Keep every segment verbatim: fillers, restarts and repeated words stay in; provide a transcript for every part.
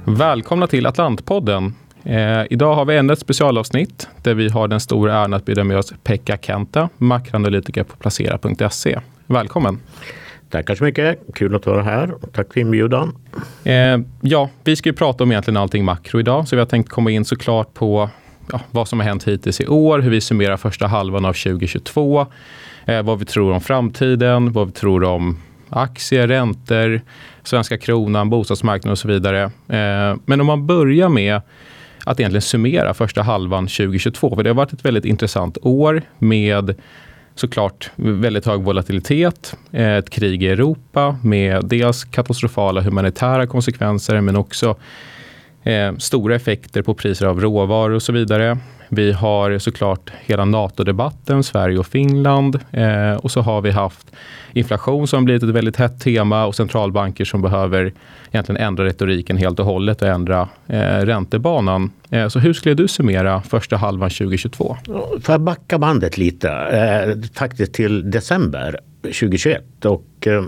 Välkomna till Atlantpodden. Eh, idag har vi ännu ett specialavsnitt där vi har den stora äran att bjuda med oss Pekka Kenta, makroanalytiker på placera punkt se. Välkommen. Tackar så mycket. Kul att vara här. Tack för inbjudan. Eh, ja, vi ska ju prata om egentligen allting makro idag. Så vi har tänkt komma in såklart på ja, vad som har hänt hittills i år. Hur vi summerar första halvan av tjugohundratjugotvå. Eh, vad vi tror om framtiden. Vad vi tror om aktier, räntor, svenska kronan, bostadsmarknaden och så vidare. Eh, men om man börjar med att egentligen summera första halvan tjugohundratjugotvå. För det har varit ett väldigt intressant år med såklart väldigt hög volatilitet, ett krig i Europa med dels katastrofala humanitära konsekvenser men också eh, stora effekter på priser av råvaror och så vidare. Vi har såklart hela NATO-debatten, Sverige och Finland eh, och så har vi haft inflation som blivit ett väldigt hett tema och centralbanker som behöver egentligen ändra retoriken helt och hållet och ändra eh, räntebanan. Eh, så hur skulle du summera första halvan tjugohundratjugotvå? Får jag backa bandet lite eh, faktiskt till december tjugohundratjugoett och eh,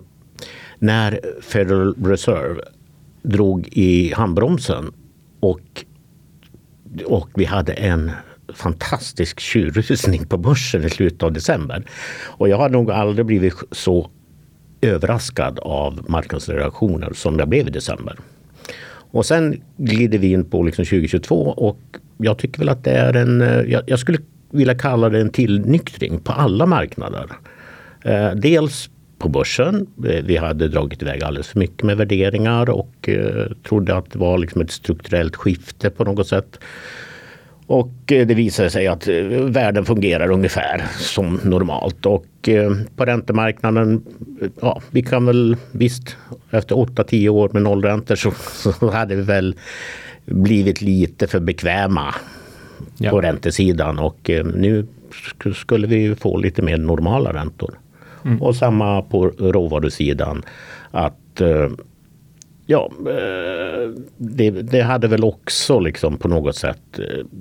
när Federal Reserve drog i handbromsen och, och vi hade en fantastisk tjurrusning på börsen i slutet av december. Och jag har nog aldrig blivit så överraskad av marknadsreaktioner som jag blev i december. Och sen glider vi in på liksom tjugohundratjugotvå och jag tycker väl att det är en, jag, jag skulle vilja kalla det en tillnyktring på alla marknader. Eh, dels på börsen. Vi hade dragit iväg alldeles för mycket med värderingar och eh, trodde att det var liksom ett strukturellt skifte på något sätt. Och det visade sig att världen fungerar ungefär som normalt. Och på räntemarknaden, ja, vi kan väl visst efter åtta till tio år med nollräntor så, så hade vi väl blivit lite för bekväma ja. på räntesidan. Och nu skulle vi få lite mer normala räntor. Mm. Och samma på råvarusidan att ja, det, det hade väl också liksom på något sätt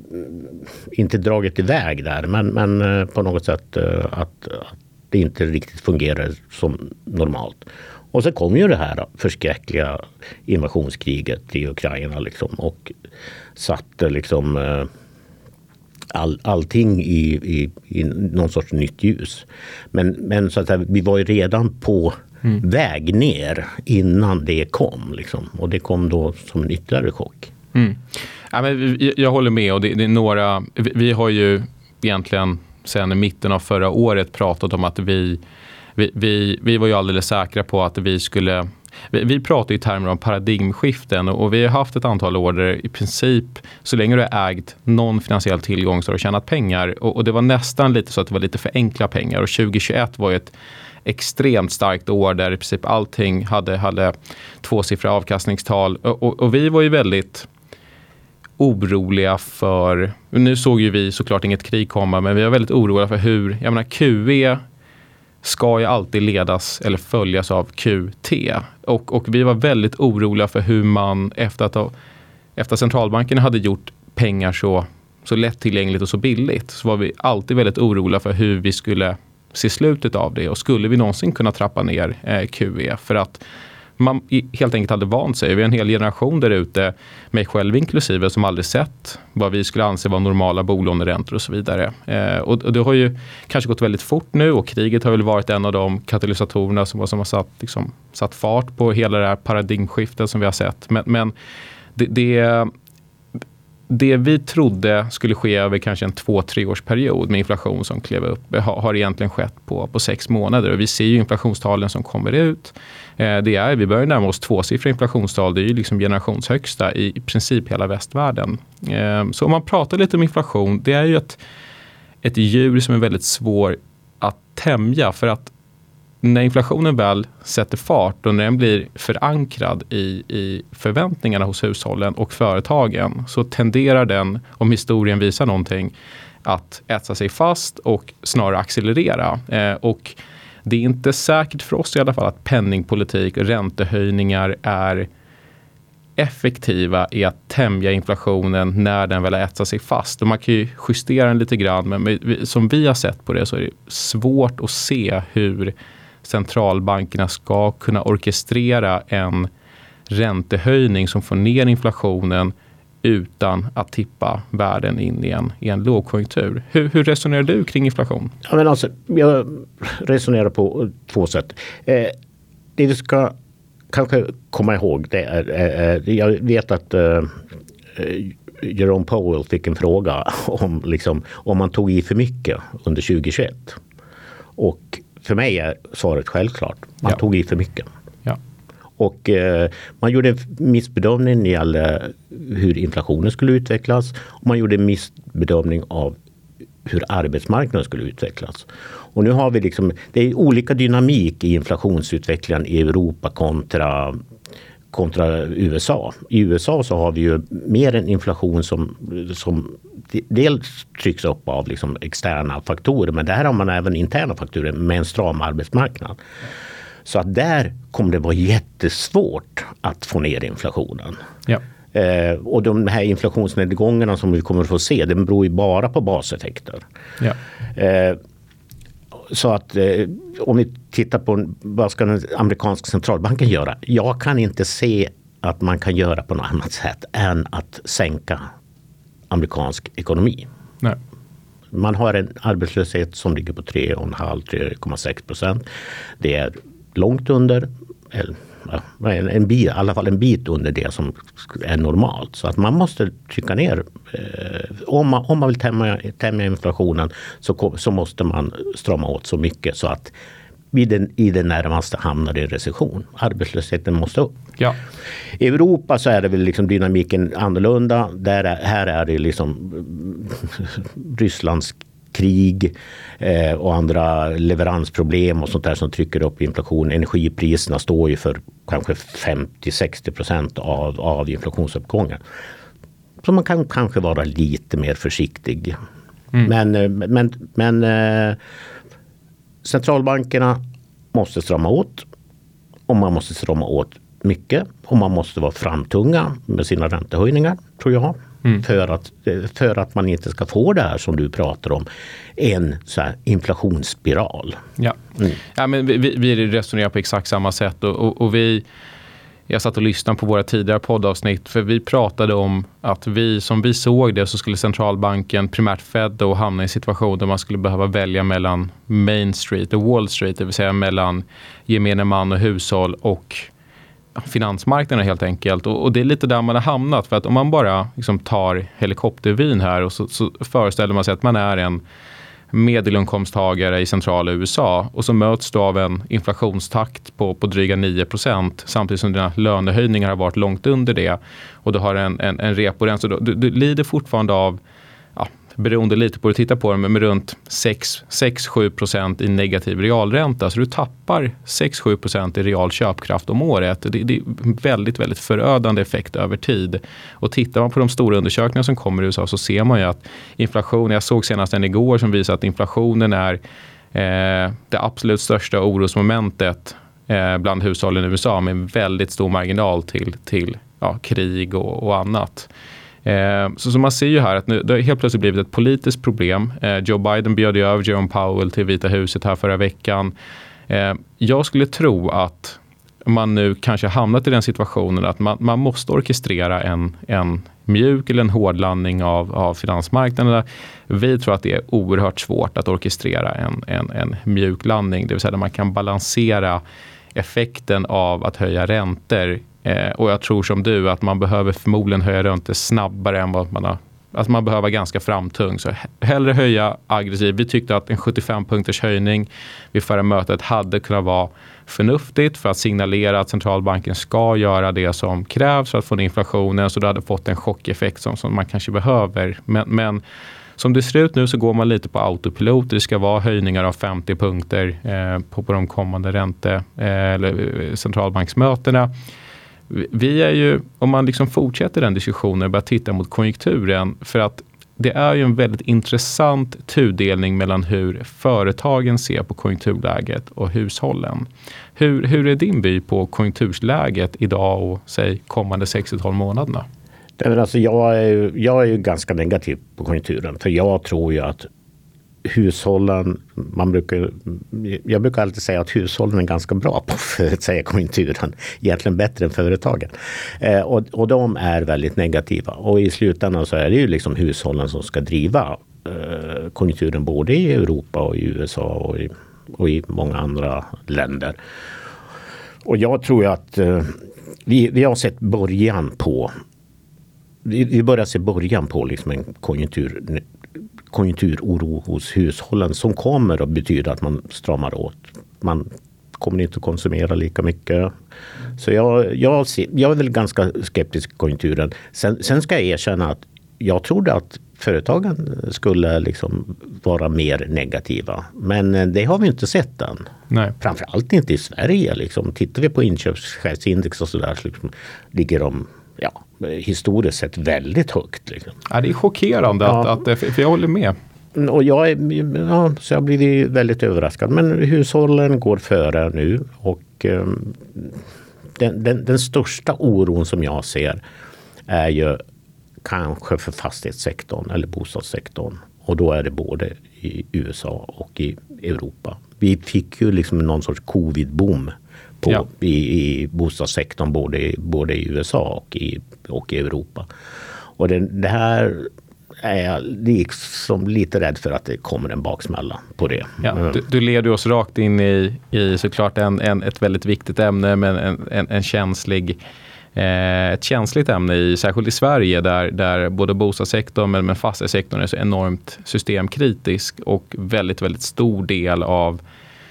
inte dragit iväg där men, men på något sätt att, att det inte riktigt fungerar som normalt. Och så kom ju det här förskräckliga invasionskriget i Ukraina liksom och satte liksom all, allting i, i, i någon sorts nytt ljus. Men, men så att säga, vi var ju redan på Mm. väg ner innan det kom liksom. Och det kom då som en ytterligare chock. Mm. Ja, men jag, jag håller med och det, det är några, vi, vi har ju egentligen sedan i mitten av förra året pratat om att vi, vi, vi, vi var ju alldeles säkra på att vi skulle, vi, vi pratar i termer om paradigmskiften och, och vi har haft ett antal år där i princip så länge du har ägt någon finansiell tillgång så har du tjänat pengar och, och det var nästan lite så att det var lite för enkla pengar och tjugohundratjugoett var ju ett extremt starkt år där i princip allting hade, hade tvåsiffriga avkastningstal och, och, och vi var ju väldigt oroliga för, nu såg ju vi såklart inget krig komma men vi var väldigt oroliga för hur, jag menar Q E ska ju alltid ledas eller följas av Q T och, och vi var väldigt oroliga för hur man efter att, efter att centralbanken hade gjort pengar så, så lättillgängligt och så billigt så var vi alltid väldigt oroliga för hur vi skulle se slutet av det och skulle vi någonsin kunna trappa ner eh, Q E för att man helt enkelt hade vant sig. Vi är en hel generation där ute, mig själv inklusive, som aldrig sett vad vi skulle anse vara normala bolåneräntor och så vidare. Eh, och, och det har ju kanske gått väldigt fort nu och kriget har väl varit en av de katalysatorerna som, som har satt, liksom, satt fart på hela det här paradigmskiftet som vi har sett. Men, men det, det Det vi trodde skulle ske över kanske en två, tre års period med inflation som klev upp har, har egentligen skett på, på sex månader. Och vi ser ju inflationstalen som kommer ut. Eh, det är, vi börjar närma oss tvåsiffriga inflationstal. Det är ju liksom generationshögsta i, i princip hela västvärlden. Eh, så om man pratar lite om inflation, det är ju ett, ett djur som är väldigt svår att tämja för att när inflationen väl sätter fart och när den blir förankrad i, i förväntningarna hos hushållen och företagen så tenderar den, om historien visar någonting, att äta sig fast och snarare accelerera. Eh, och det är inte säkert för oss i alla fall att penningpolitik och räntehöjningar är effektiva i att tämja inflationen när den väl äter sig fast. Och man kan ju justera den lite grann men som vi har sett på det så är det svårt att se hur centralbankerna ska kunna orkestrera en räntehöjning som får ner inflationen utan att tippa världen in i en, i en lågkonjunktur. Hur, hur resonerar du kring inflation? Ja, men alltså, jag resonerar på två sätt. Eh, det vi ska kanske komma ihåg, det är, eh, jag vet att eh, Jerome Powell fick en fråga om, liksom, om man tog i för mycket under tjugohundratjugoett. Och för mig är svaret självklart. Man ja. tog i för mycket. Ja. Och eh, man gjorde en missbedömning när det gällde hur inflationen skulle utvecklas. Och man gjorde en missbedömning av hur arbetsmarknaden skulle utvecklas. Och nu har vi liksom, det är olika dynamik i inflationsutvecklingen i Europa kontra, kontra U S A. I U S A så har vi ju mer en inflation som, som dels trycks upp av liksom externa faktorer, men där har man även interna faktorer med en stram arbetsmarknad. Så att där kommer det vara jättesvårt att få ner inflationen. Ja. Eh, och de här inflationsnedgångarna som vi kommer att få se, det beror ju bara på baseffekter. Ja. Eh, så att eh, om vi tittar på vad ska den amerikanska centralbanken göra? Jag kan inte se att man kan göra på något annat sätt än att sänka amerikansk ekonomi. Nej. Man har en arbetslöshet som ligger på tre komma fem till tre komma sex procent. Det är långt under, eller, en, en bit, i alla fall en bit under det som är normalt. Så att man måste trycka ner. Eh, om, man, om man vill tämja, tämja inflationen så, så måste man strama åt så mycket så att vi den, i det närmaste hamnar i recession. Arbetslösheten måste upp. Ja. I Europa så är det väl liksom dynamiken annorlunda. Där är, här är det liksom Rysslands krig eh, och andra leveransproblem och sånt där som trycker upp inflation. Energipriserna står ju för kanske femtio till sextio procent av, av inflationsuppgången. Så man kan kanske vara lite mer försiktig. Mm. Men, men, men eh, centralbankerna måste strama åt, och man måste strama åt mycket, och man måste vara framtunga med sina räntehöjningar, tror jag. Mm. För, att, för att man inte ska få det här som du pratar om, en så här inflationsspiral. Ja, mm. ja men vi, vi resonerar på exakt samma sätt, och, och, och vi, jag satt och lyssnade på våra tidigare poddavsnitt, för vi pratade om att vi, som vi såg det, så skulle centralbanken, primärt Fed, då hamna i en situation där man skulle behöva välja mellan Main Street och Wall Street, det vill säga mellan gemene man och hushåll och finansmarknaden helt enkelt. Och, och det är lite där man har hamnat, för att om man bara liksom tar helikoptervyn här och så, så föreställer man sig att man är en medelinkomsttagare i centrala U S A, och så möts du av en inflationstakt på, på dryga nio procent samtidigt som dina lönehöjningar har varit långt under det, och du har en, en, en reporens, så du, du lider fortfarande av, ja, beroende lite på hur du tittar på det, men med runt sex till sju procent i negativ realränta. Så du tappar sex till sju procent i real köpkraft om året. Det, det är väldigt, väldigt förödande effekt över tid. Och tittar man på de stora undersökningar som kommer i U S A, så ser man ju att inflation, jag såg senast en igår som visar att inflationen är eh, det absolut största orosmomentet eh, bland hushållen i U S A, med en väldigt stor marginal till, till ja, krig och, och annat. Så, så man ser ju här att nu, det har helt plötsligt blivit ett politiskt problem. Eh, Joe Biden bjöd ju över Jerome Powell till Vita huset här förra veckan. Eh, jag skulle tro att man nu kanske hamnat i den situationen att man, man måste orkestrera en, en mjuk eller en hård landning av, av finansmarknaderna. Vi tror att det är oerhört svårt att orkestrera en, en, en mjuk landning, det vill säga att man kan balansera effekten av att höja räntor. Eh, och jag tror som du att man behöver förmodligen höja räntor snabbare än vad man har. Alltså man behöver ganska framtung. Så hellre höja aggressivt. Vi tyckte att en sjuttiofem punkters höjning vid förra mötet hade kunnat vara förnuftigt för att signalera att centralbanken ska göra det som krävs för att få ner inflationen. Så du hade fått en chockeffekt som, som man kanske behöver. Men, men som det ser ut nu så går man lite på autopilot. Det ska vara höjningar av femtio punkter eh, på, på de kommande ränte eh, eller centralbanksmötena. Vi är ju, om man liksom fortsätter den diskussionen och börjar titta mot konjunkturen, för att det är ju en väldigt intressant tudelning mellan hur företagen ser på konjunkturläget och hushållen. Hur, hur är din by på konjunktursläget idag och säg kommande sex till tolv månaderna? Alltså jag, är, jag är ju ganska negativ på konjunkturen, för jag tror ju att hushållen, man brukar, jag brukar alltid säga att hushållen är ganska bra på att förutsäga konjunkturen, egentligen bättre än företagen. Eh, och, och de är väldigt negativa. Och i slutändan så är det ju liksom hushållen som ska driva eh, konjunkturen både i Europa och i U S A och i, och i många andra länder. Och jag tror att eh, vi, vi har sett början på vi, vi börjar se början på liksom en konjunktur konjunkturoro hos hushållen som kommer att betyda att man stramar åt. Man kommer inte att konsumera lika mycket. Så jag, jag, ser, jag är väl ganska skeptisk till konjunkturen. Sen, sen ska jag erkänna att jag trodde att företagen skulle liksom vara mer negativa. Men det har vi inte sett än. Nej. Framförallt inte i Sverige. Liksom. Tittar vi på inköpschefsindex och sådär så liksom, ligger de ja, historiskt sett väldigt högt. Liksom. Ja, det är chockerande, ja. att, att, för jag håller med. Och jag, är, ja, så jag blir väldigt överraskad. Men hushållen går före nu och um, den, den, den största oron som jag ser är ju kanske för fastighetssektorn eller bostadssektorn. Och då är det både i U S A och i Europa. Vi fick ju liksom någon sorts covid-boom på, ja. i, i bostadssektorn både, både i U S A och i, och i Europa. Och det, det här är jag liksom lite rädd för att det kommer en baksmälla på det. Ja, du, du leder oss rakt in i, i såklart en, en, ett väldigt viktigt ämne, men en, en, en känslig eh, ett känsligt ämne, i, särskilt i Sverige där, där både bostadssektorn men, men fastighetssektorn är så enormt systemkritisk och väldigt, väldigt stor del av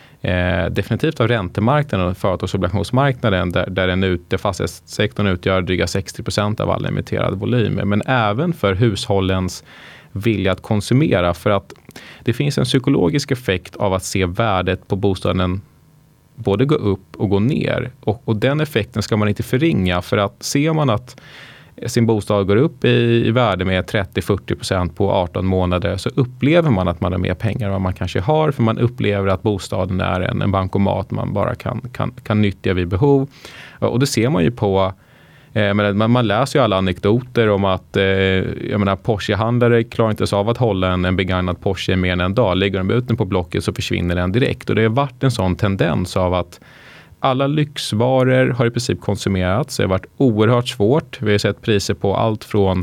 Eh, definitivt av räntemarknaden och företagsobligationsmarknaden där, där den ut, där fastighetssektorn utgör dryga sextio procent av all emitterad volym. Men även för hushållens vilja att konsumera, för att det finns en psykologisk effekt av att se värdet på bostaden både gå upp och gå ner. Och, och den effekten ska man inte förringa, för att ser man att sin bostad går upp i, i värde med trettio till fyrtio procent på arton månader, så upplever man att man har mer pengar än vad man kanske har, för man upplever att bostaden är en, en bankomat man bara kan, kan, kan nyttja vid behov. Och det ser man ju på, eh, man, man läser ju alla anekdoter om att eh, jag menar, Porsche-handlare klarar inte av att hålla en, en begagnad Porsche mer än en dag. Lägger de ut den på Blocket så försvinner den direkt. Och det har varit en sån tendens av att alla lyxvaror har i princip konsumerats. Det har varit oerhört svårt. Vi har sett priser på allt från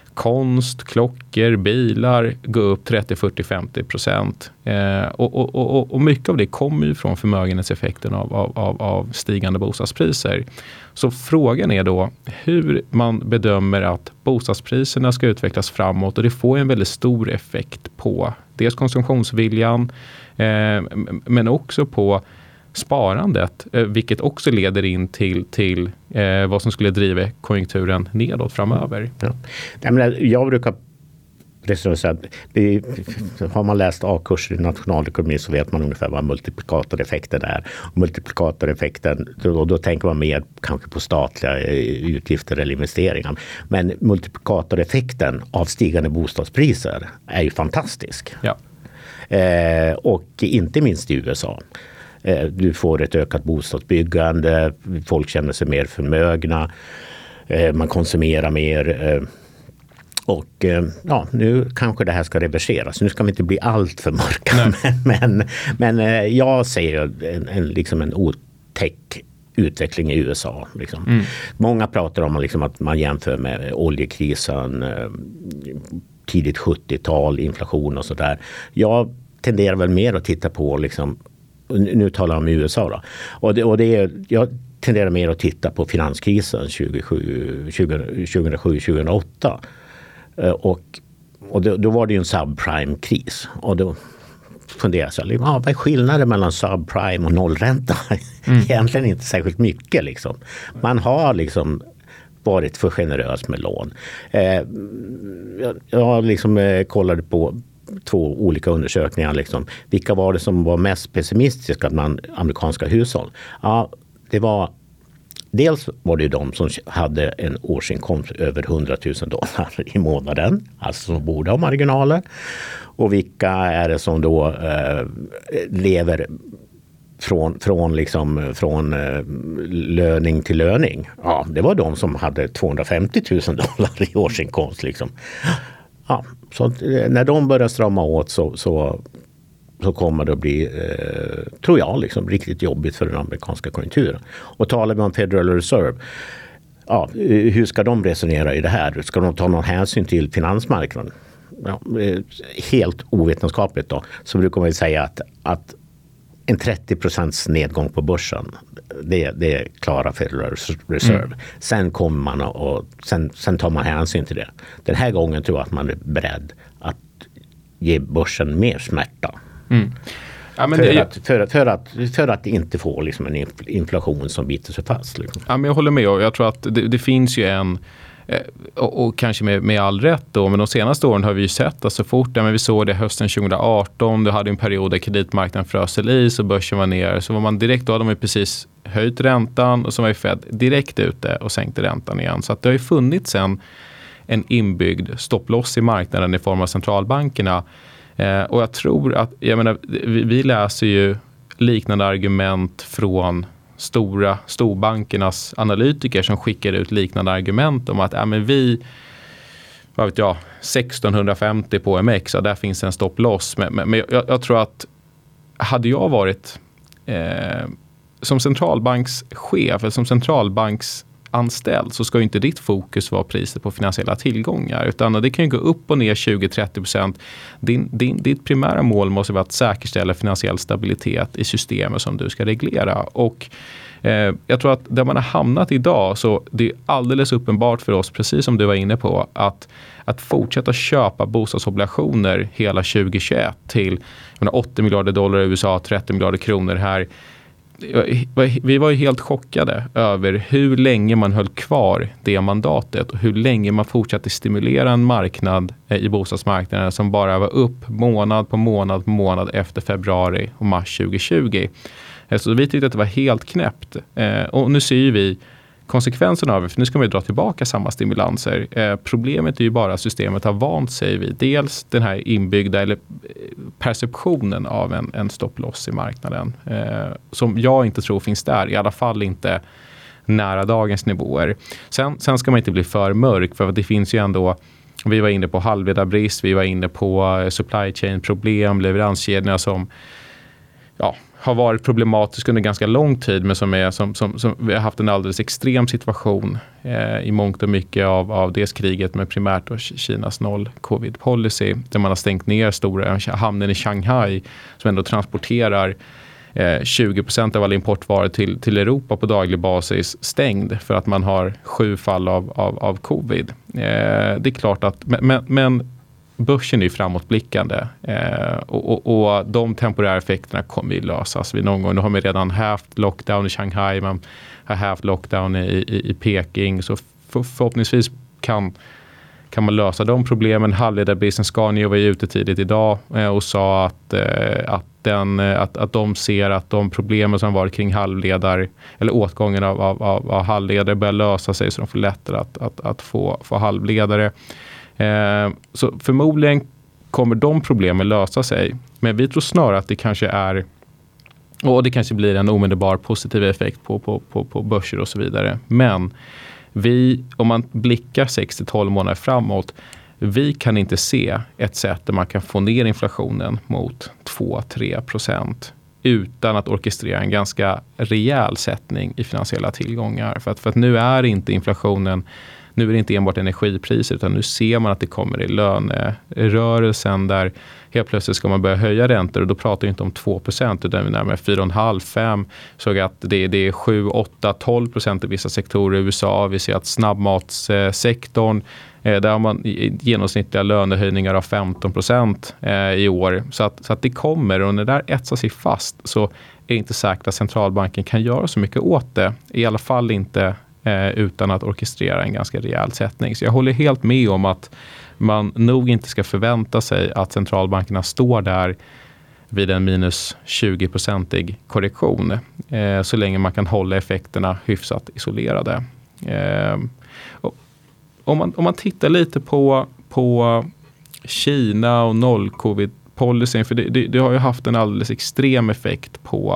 konst, klockor, bilar gå upp trettio, fyrtio, femtio procent. Eh, och, och, och, och mycket av det kommer ju från förmögenhetseffekten av, av, av stigande bostadspriser. Så frågan är då hur man bedömer att bostadspriserna ska utvecklas framåt, och det får en väldigt stor effekt på dels konsumtionsviljan eh, men också på sparandet, vilket också leder in till, till eh, vad som skulle driva konjunkturen nedåt framöver. Ja. Jag, menar, jag brukar säga att det, har man läst A-kurser i nationalekonomi så vet man ungefär vad multiplikatoreffekten är. Och multiplikatoreffekten, då, då tänker man mer kanske på statliga utgifter eller investeringar. Men multiplikatoreffekten av stigande bostadspriser är ju fantastisk. Ja. Eh, och inte minst i U S A. Du får ett ökat bostadsbyggande, folk känner sig mer förmögna, man konsumerar mer, och ja, nu kanske det här ska reverseras. Nu ska vi inte bli allt för mörka, men, men, men jag ser en, en, liksom en otäck utveckling i U S A. Liksom. Mm. Många pratar om liksom att man jämför med oljekrisen, tidigt sjuttiotal, inflation och sådär. Jag tenderar väl mer att titta på liksom, nu talar jag om U S A då. Och det, och det är, jag tenderar mer att titta på finanskrisen tjugosju tjugohundraåtta. Och, och då, då var det ju en subprime-kris. Och då funderar jag så här, ja, vad är skillnaden mellan subprime och nollränta? Mm. Egentligen inte särskilt mycket liksom. Man har liksom varit för generös med lån. Eh, jag, jag liksom eh, kollade på två olika undersökningar. Liksom. Vilka var det som var mest pessimistiska bland amerikanska hushåll? Ja, det var dels var det ju de som hade en årsinkomst över hundratusen dollar i månaden. Alltså som borde ha marginaler. Och vilka är det som då eh, lever från, från, liksom, från eh, löning till löning? Ja, det var de som hade tvåhundrafemtio tusen dollar i årsinkomst. Liksom. ja, så när de börjar strama åt så, så, så kommer det att bli, eh, tror jag, liksom, riktigt jobbigt för den amerikanska konjunkturen. Och talar vi om Federal Reserve, ja, hur ska de resonera i det här? Ska de ta någon hänsyn till finansmarknaden? Ja, helt ovetenskapligt då, så brukar man ju säga att, att en trettio procents nedgång på börsen, det, det klarar Federal Reserve. Mm. Sen kommer man och sen, sen tar man hänsyn till det. Den här gången tror jag att man är beredd att ge börsen mer smärta. Mm. Ja, men för, det, att, för, för, att, för att inte få liksom en inflation som biter sig fast. Liksom. Ja, men jag håller med, och jag tror att det, det finns ju en, och, och kanske med, med all rätt då, men de senaste åren har vi ju sett att så fort, ja, men vi såg det hösten tjugo arton, det hade en period där kreditmarknaden frösel i så börsen var ner, så var man direkt, då hade man ju precis höjt räntan och så var ju Fed direkt ute och sänkte räntan igen. Så att det har ju funnits sen en inbyggd stopploss i marknaden i form av centralbankerna. Eh, och jag tror att, jag menar, vi, vi läser ju liknande argument från stora storbankernas analytiker som skickar ut liknande argument om att ja, men vi, vad vet jag, sexton femtio på M X, och där finns en stopploss. Men, men, men jag, jag tror att hade jag varit eh, som centralbankschef eller som centralbanksanställd, så ska ju inte ditt fokus vara priset på finansiella tillgångar, utan det kan ju gå upp och ner tjugo till trettio procent. Din, din, ditt primära mål måste vara att säkerställa finansiell stabilitet i systemet som du ska reglera. Och eh, jag tror att där man har hamnat idag, så det är alldeles uppenbart för oss, precis som du var inne på, att att fortsätta köpa bostadsobligationer hela tjugo tjugoett till åttio miljarder dollar i U S A, trettio miljarder kronor här. Vi var ju helt chockade över hur länge man höll kvar det mandatet och hur länge man fortsatte stimulera en marknad i bostadsmarknaden som bara var upp månad på månad på månad efter februari och mars tjugo tjugo. Så vi tyckte att det var helt knäppt. Och nu ser ju vi konsekvenserna av det, för nu ska vi dra tillbaka samma stimulanser. Eh, problemet är ju bara att systemet har vant sig vid dels den här inbyggda eller perceptionen av en, en stopploss i marknaden eh, som jag inte tror finns där, i alla fall inte nära dagens nivåer. Sen, sen ska man inte bli för mörk, för det finns ju ändå, vi var inne på halvledarbrist, vi var inne på supply chain problem, leveranskedjorna som ja, har varit problematisk under ganska lång tid, men som, är, som, som, som vi har haft en alldeles extrem situation eh, i mångt och mycket av, av dels kriget med primärt och Kinas noll-covid-policy, där man har stängt ner stora hamnen i Shanghai som ändå transporterar eh, tjugo procent av alla importvaror till, till Europa på daglig basis, stängd för att man har sju fall av, av, av covid. Eh, det är klart att, men, men, men börsen är ju framåtblickande eh, och, och, och de temporära effekterna kommer ju lösas vid någon gång. Nu har man redan haft lockdown i Shanghai, man har haft lockdown i, i, i Peking, så för, förhoppningsvis kan, kan man lösa de problemen. Halvledarbristen, Scania var ju ute tidigt idag eh, och sa att, eh, att, den, att, att de ser att de problemen som varit kring halvledar eller åtgången av, av, av, av halvledare börjar lösa sig, så de får lättare att, att, att få, få halvledare. Eh, så förmodligen kommer de problemen lösa sig, men vi tror snarare att det kanske är, och det kanske blir en omedelbar positiv effekt på, på, på, på börser och så vidare, men vi, om man blickar sex till tolv månader framåt, vi kan inte se ett sätt där man kan få ner inflationen mot två till tre procent utan att orkestrera en ganska rejäl sättning i finansiella tillgångar, för att, för att nu är inte inflationen, nu är det inte enbart energipriser, utan nu ser man att det kommer i lönerörelsen där helt plötsligt ska man börja höja räntor, och då pratar vi inte om två procent utan vi är närmare fyra komma fem fem. Såg att det, det är sju, åtta, tolv procent i vissa sektorer i U S A. Vi ser att snabbmatssektorn, där har man genomsnittliga lönehöjningar av femton procent i år. Så att, så att det kommer, och när det där etsar sig fast så är det inte säkert att centralbanken kan göra så mycket åt det. I alla fall inte Eh, utan att orkestrera en ganska rejäl sättning. Så jag håller helt med om att man nog inte ska förvänta sig att centralbankerna står där vid en minus tjugo procentig korrektion eh, så länge man kan hålla effekterna hyfsat isolerade. Eh, och om, man, om man tittar lite på, på Kina och noll-covid-policyn, för det, det, det har ju haft en alldeles extrem effekt på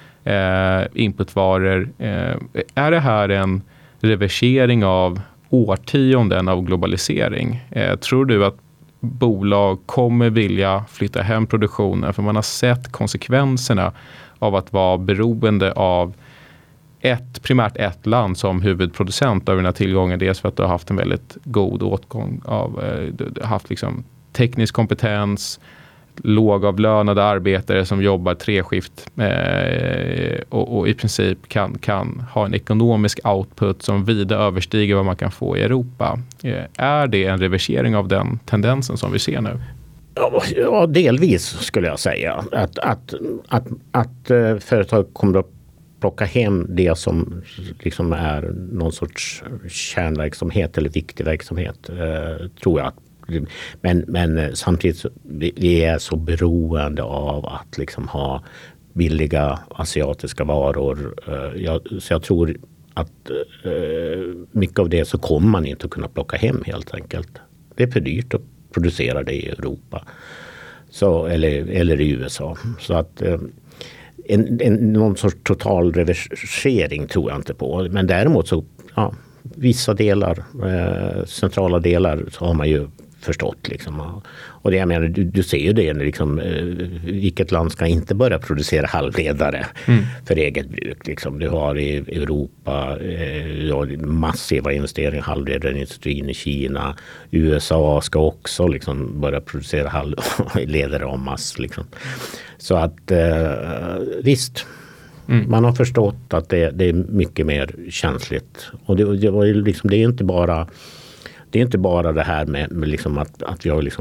Eh, inputvaror. Eh, är det här en reversering av årtionden av globalisering? Eh, tror du att bolag kommer vilja flytta hem produktionen, för man har sett konsekvenserna av att vara beroende av ett, primärt ett land som huvudproducent av den här tillgången. Dels för att du har haft en väldigt god åtgång av, du har haft liksom teknisk kompetens, lågavlönade arbetare som jobbar treskift eh, och, och i princip kan, kan ha en ekonomisk output som vida överstiger vad man kan få i Europa. Eh, är det en reversering av den tendensen som vi ser nu? Ja, delvis skulle jag säga. Att, att, att, att uh, företag kommer att plocka hem det som liksom är någon sorts kärnverksamhet eller viktig verksamhet, uh, tror jag. Men, men samtidigt så, vi, vi är så beroende av att liksom ha billiga asiatiska varor. Uh, jag, så jag tror att uh, mycket av det så kommer man inte att kunna plocka hem helt enkelt. Det är för dyrt att producera det i Europa så, eller, eller i U S A. Så att eh, en, en, någon sorts total reversering tror jag inte på. Men däremot så, ja, vissa delar, eh, centrala delar så har man ju förstått. Liksom. Och det jag menar, du, du ser ju det, liksom, eh, vilket land ska inte börja producera halvledare mm. för eget bruk. Liksom. Du har i Europa eh, massiva investeringar i halvledarindustrin i Kina. U S A ska också liksom, börja producera halvledare en masse. Liksom. Så att eh, visst, mm. man har förstått att det, det är mycket mer känsligt. Och det, det, var liksom, det är inte bara Det är inte bara det här med, med liksom att, att vi har liksom,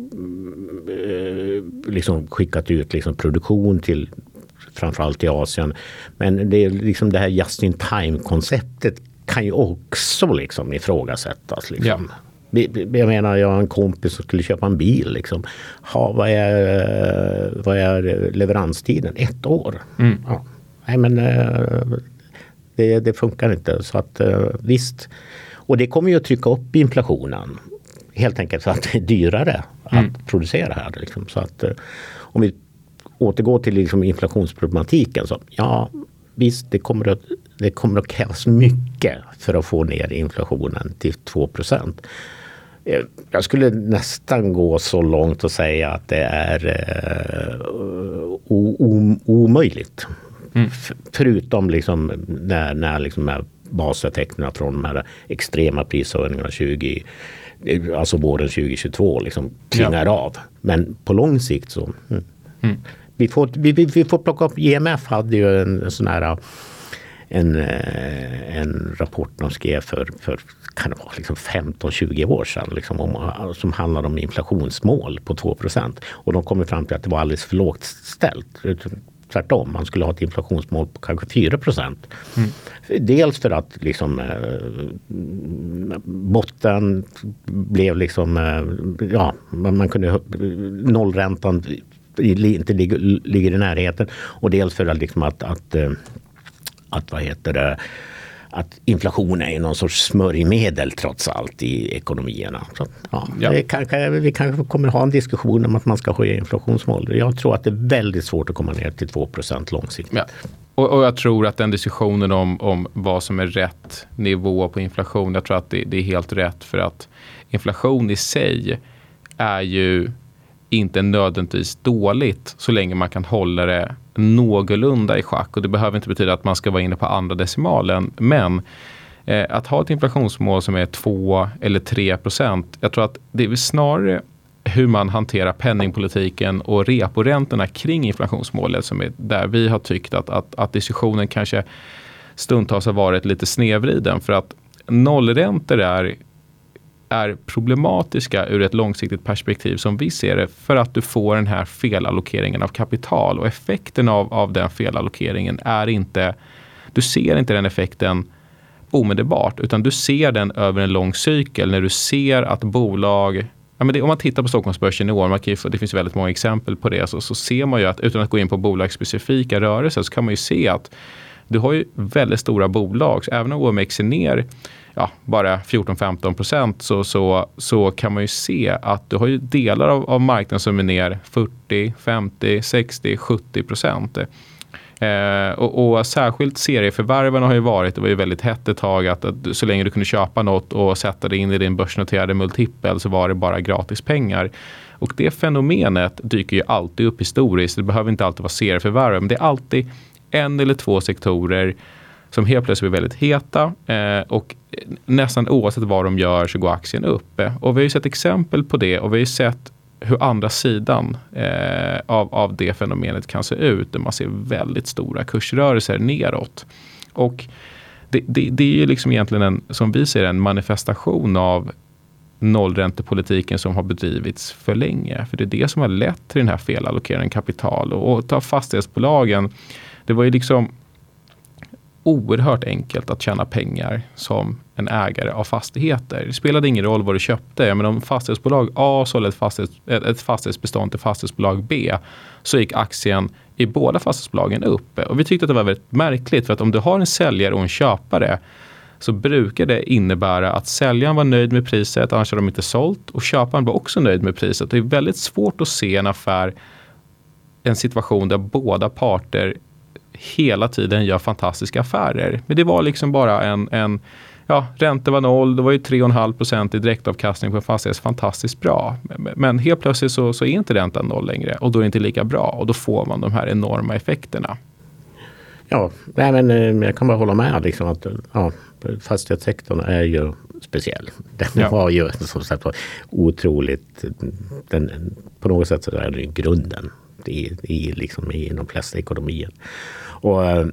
eh, liksom skickat ut liksom produktion till framförallt i Asien. Men det är liksom det här just in time-konceptet kan ju också liksom ifrågasättas. Liksom. Ja. Jag menar, jag har en kompis som skulle köpa en bil. Liksom. Ha, vad, är, vad är leveranstiden? Ett år. Mm. Ja. Nej, men det, det funkar inte. Så att visst. Och det kommer ju att trycka upp inflationen. Helt enkelt för att det är dyrare mm. att producera här. Liksom. Så att om vi återgår till liksom inflationsproblematiken så ja, visst det kommer, att, det kommer att krävas mycket för att få ner inflationen till två procent. Jag skulle nästan gå så långt och säga att det är eh, o, o, omöjligt. Mm. F- förutom liksom när, när liksom är baseffekterna från de här extrema prishöjningarna tjugo, alltså våren tjugohundratjugotvå liksom klingar ja. av. Men på lång sikt så mm. Mm. Vi, får, vi, vi, vi får plocka upp, I M F hade ju en, en sån här en, en rapport de skrev för, för kan det vara liksom femton tjugo år sedan liksom, om, som handlar om inflationsmål på två procent. Och de kom fram till att det var alldeles för lågt ställt. Tvärtom, man skulle ha ett inflationsmål på kanske fyra procent. Mm. Dels för att liksom, eh, botten blev liksom, eh, ja, man, man kunde, nollräntan inte ligger, ligger i närheten. Och dels för att, liksom att, att, att, att vad heter det, att inflation är någon sorts smörjmedel trots allt i ekonomierna. Så, ja, ja. Det kanske, vi kanske kommer ha en diskussion om att man ska höja inflationsmål. Jag tror att det är väldigt svårt att komma ner till två procent långsiktigt. Ja. Och, och jag tror att den diskussionen om, om vad som är rätt nivå på inflation, jag tror att det, det är helt rätt, för att inflation i sig är ju inte nödvändigtvis dåligt så länge man kan hålla det någorlunda i schack. Och det behöver inte betyda att man ska vara inne på andra decimalen. Men eh, att ha ett inflationsmål som är två eller tre procent, jag tror att det är snarare hur man hanterar penningpolitiken och reporäntorna kring inflationsmålet som är där vi har tyckt att, att, att diskussionen kanske stundtals har varit lite snedvriden. För att nollräntor är är problematiska ur ett långsiktigt perspektiv som vi ser det, för att du får den här felallokeringen av kapital, och effekten av, av den felallokeringen är inte, du ser inte den effekten omedelbart, utan du ser den över en lång cykel när du ser att bolag, ja men det, om man tittar på Stockholmsbörsen i år, man kan, det finns väldigt många exempel på det, så, så ser man ju att utan att gå in på bolagsspecifika rörelser så kan man ju se att du har ju väldigt stora bolag, så även om O M X är ner ja, bara fjorton till femton procent så, så, så kan man ju se att du har ju delar av, av marknaden som är ner fyrtio, femtio, sextio, sjuttio procent. Eh, och, och särskilt serieförvärvarna har ju varit, det var ju väldigt hett ett tag att, att så länge du kunde köpa något och sätta det in i din börsnoterade multipel så var det bara gratis pengar. Och det fenomenet dyker ju alltid upp historiskt. Det behöver inte alltid vara serieförvärvare, men det är alltid en eller två sektorer som helt plötsligt blir väldigt heta eh, och nästan oavsett vad de gör så går aktien upp. Och vi har ju sett exempel på det och vi har ju sett hur andra sidan eh, av, av det fenomenet kan se ut. Där man ser väldigt stora kursrörelser neråt. Och det, det, det är ju liksom egentligen en, som vi ser en manifestation av nollräntepolitiken som har bedrivits för länge. För det är det som har lett till den här felallokeringen kapital. Och, och ta fastighetsbolagen, det var ju liksom oerhört enkelt att tjäna pengar som en ägare av fastigheter. Det spelade ingen roll vad du köpte. Men om fastighetsbolag A sålde ett, fastighets, ett fastighetsbestånd till fastighetsbolag B så gick aktien i båda fastighetsbolagen upp. Och vi tyckte att det var väldigt märkligt för att om du har en säljare och en köpare så brukar det innebära att säljaren var nöjd med priset, annars har de inte sålt, och köparen var också nöjd med priset. Det är väldigt svårt att se en affär, en situation där båda parter hela tiden gör fantastiska affärer. Men det var liksom bara en, en ja, ränta var noll, det var ju tre komma fem procent i direktavkastning på en fastighet, fantastiskt bra. Men helt plötsligt så, så är inte räntan noll längre och då är det inte lika bra och då får man de här enorma effekterna. Ja, men jag kan bara hålla med liksom att ja, fastighetssektorn är ju speciell. Den ja. har ju som sagt otroligt, den, på något sätt så är det grunden i, i, liksom, i de flesta ekonomier. Och eh,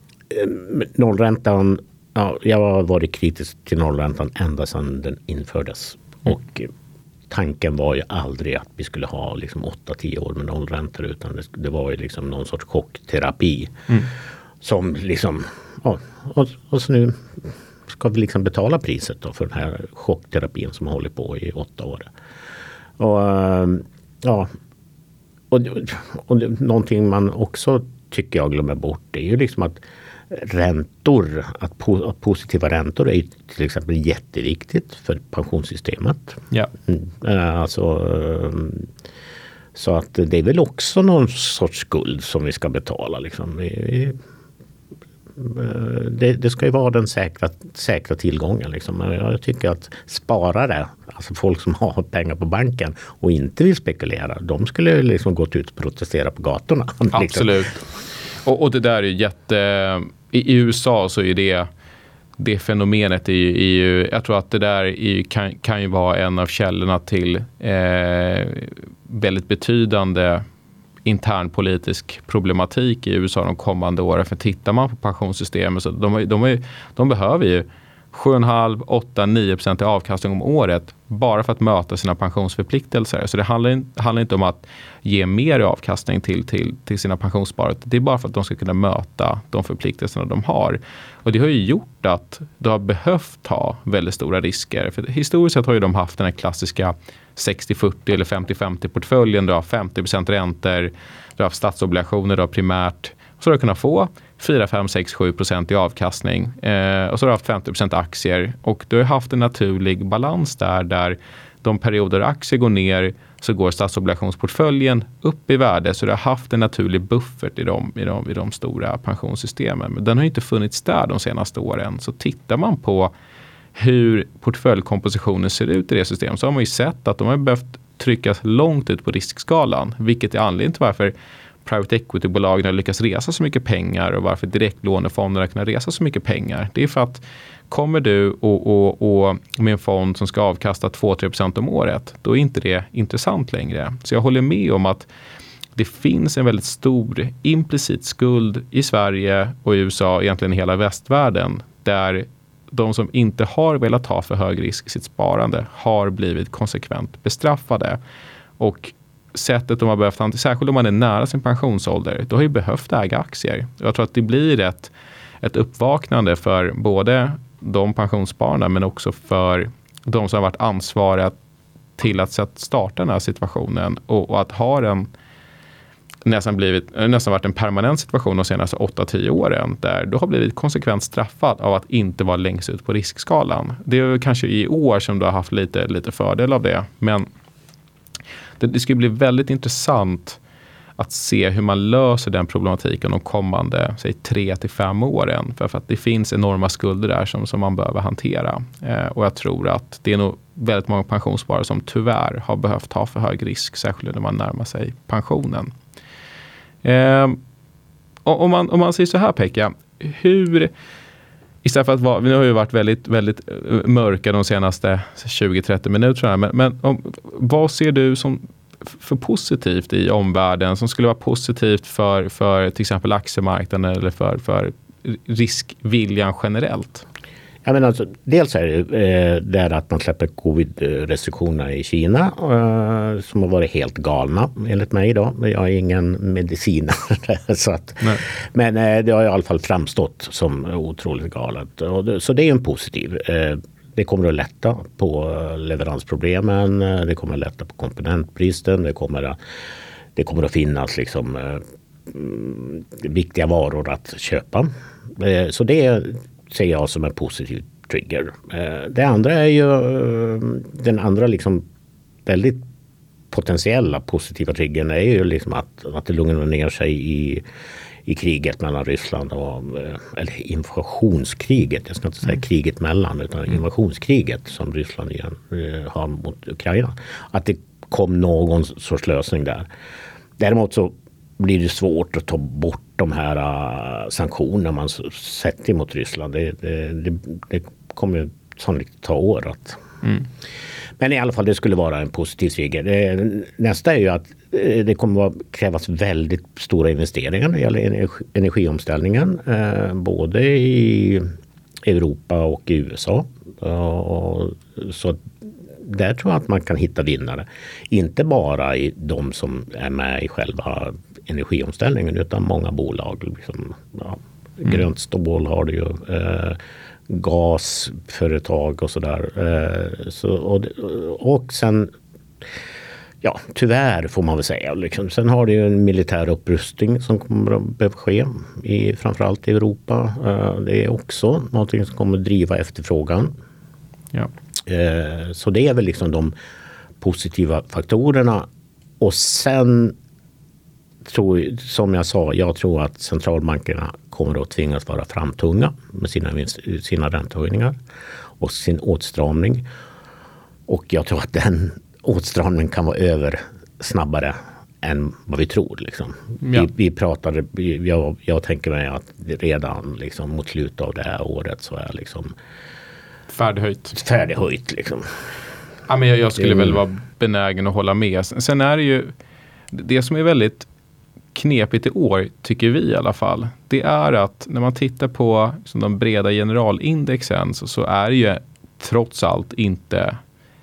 nollräntan, ja, jag har varit kritisk till nollräntan ända sedan den infördes. Mm. Och eh, tanken var ju aldrig att vi skulle ha liksom åtta till tio år med nollräntor, utan det, det var ju liksom någon sorts chockterapi. Mm. Som liksom, ja, och, och så nu ska vi liksom betala priset då för den här chockterapin som håller på i åtta år. Och ja, och, och någonting man också tycker jag glömmer bort, det är ju liksom att räntor, att, po, att positiva räntor är till exempel jätteviktigt för pensionssystemet. Ja. Alltså, så att det är väl också någon sorts skuld som vi ska betala liksom. Vi, Det, det ska ju vara den säkra, säkra tillgången. Liksom. Jag tycker att sparare, alltså folk som har pengar på banken och inte vill spekulera, de skulle liksom gått ut och protestera på gatorna. Absolut. Och, och det där är ju jätte... I, i U S A så är det, det fenomenet är ju, är ju... Jag tror att det där är, kan, kan ju vara en av källorna till eh, väldigt betydande internpolitisk problematik i U S A de kommande åren. För tittar man på pensionssystemet så de, de, är, de behöver ju sju komma fem, åtta, nio procent i avkastning om året bara för att möta sina pensionsförpliktelser. Så det handlar, handlar inte om att ge mer avkastning till, till, till sina pensionssparare. Det är bara för att de ska kunna möta de förpliktelserna de har. Och det har ju gjort att de har behövt ta väldigt stora risker. För historiskt sett har ju de haft den här klassiska sextio fyrtio eller femtio femtio portföljen. Du har femtio procent räntor, du har haft statsobligationer då primärt. Så har du kunnat få fyra, fem, sex, sju procent i avkastning. Eh, och så har du haft femtio procent aktier. Och du har haft en naturlig balans där, där de perioder aktier går ner så går statsobligationsportföljen upp i värde. Så du har haft en naturlig buffert i de, i de, i de stora pensionssystemen. Men den har inte funnits där de senaste åren. Så tittar man på hur portföljkompositionen ser ut i det systemet så har man ju sett att de har behövt tryckas långt ut på riskskalan. Vilket är anledningen till varför private equity-bolagen har lyckats resa så mycket pengar och varför direktlånefonderna kan resa så mycket pengar. Det är för att kommer du och, och, och med en fond som ska avkasta två till tre procent om året, då är inte det intressant längre. Så jag håller med om att det finns en väldigt stor implicit skuld i Sverige och i U S A, egentligen i hela västvärlden, där de som inte har velat ta för hög risk i sitt sparande har blivit konsekvent bestraffade. Och sättet de har behövt, särskilt om man är nära sin pensionsålder, då har ju behövt äga aktier. Jag tror att det blir ett, ett uppvaknande för både de pensionsspararna men också för de som har varit ansvariga till att starta den här situationen och, och att ha en nästan, blivit, nästan varit en permanent situation de senaste åtta till tio åren där du har blivit konsekvent straffad av att inte vara längst ut på riskskalan. Det är kanske i år som du har haft lite, lite fördel av det, men det, det skulle bli väldigt intressant att se hur man löser den problematiken de kommande säg, tre till fem åren. För, för att det finns enorma skulder där som, som man behöver hantera. Eh, och jag tror att det är nog väldigt många pensionssparare som tyvärr har behövt ta för hög risk, särskilt när man närmar sig pensionen. Eh, om, man, om man säger så här, Pekka, hur... Istället för att vara, vi har ju varit väldigt, väldigt mörka de senaste tjugo till trettio minuterna. Men, men om, vad ser du som för positivt i omvärlden som skulle vara positivt för, för till exempel aktiemarknaden eller för, för riskviljan generellt? Ja, men alltså, dels är det eh, där att man släpper covid-restriktionerna i Kina eh, som har varit helt galna enligt mig idag. Jag är ingen medicinare. så att, men eh, det har i alla fall framstått som otroligt galet. Och det, så det är en positiv. Eh, det kommer att lätta på leveransproblemen. Det kommer att lätta på komponentbristen. Det kommer att, det kommer att finnas liksom, eh, viktiga varor att köpa. Eh, så det är ser jag som en positiv trigger. Det andra är ju den andra liksom väldigt potentiella positiva triggern är ju liksom att, att det lugnar ner sig i, i kriget mellan Ryssland och eller invasionskriget. Jag ska inte säga kriget mellan utan invasionskriget som Ryssland igen har mot Ukraina. Att det kom någon sorts lösning där. Däremot så blir det svårt att ta bort de här uh, sanktionerna man sätter mot Ryssland. Det, det, det, det kommer sannolikt ta år att... Mm. Men i alla fall det skulle vara en positiv trigger. Nästa är ju att det kommer att krävas väldigt stora investeringar när det gäller energi, energiomställningen. Eh, både i Europa och i U S A. Och, så där tror jag att man kan hitta vinnare. Inte bara i de som är med i själva energiomställningen utan många bolag. Liksom, ja, mm. Grönt stål har det ju. Eh, gasföretag och sådär. Eh, så, och, och sen ja, tyvärr får man väl säga. Liksom. Sen har det ju en militär upprustning som kommer att behöva ske i, framförallt i Europa. Eh, det är också någonting som kommer att driva efterfrågan. Ja. Eh, så det är väl liksom de positiva faktorerna. Och sen tror, som jag sa, jag tror att centralbankerna kommer att tvingas vara framtunga med sina, sina räntehöjningar och sin åtstramning. Och jag tror att den åtstramningen kan vara över snabbare än vad vi tror. Liksom. Ja. Vi, vi pratade, jag, jag tänker mig att redan liksom, mot slutet av det här året så är liksom färdighöjt. Färdighöjt liksom. Ja, men jag, jag skulle det, väl vara benägen att hålla med. Sen är det ju det som är väldigt knepigt i år, tycker vi i alla fall, det är att när man tittar på som de breda generalindexen så, så är det ju trots allt inte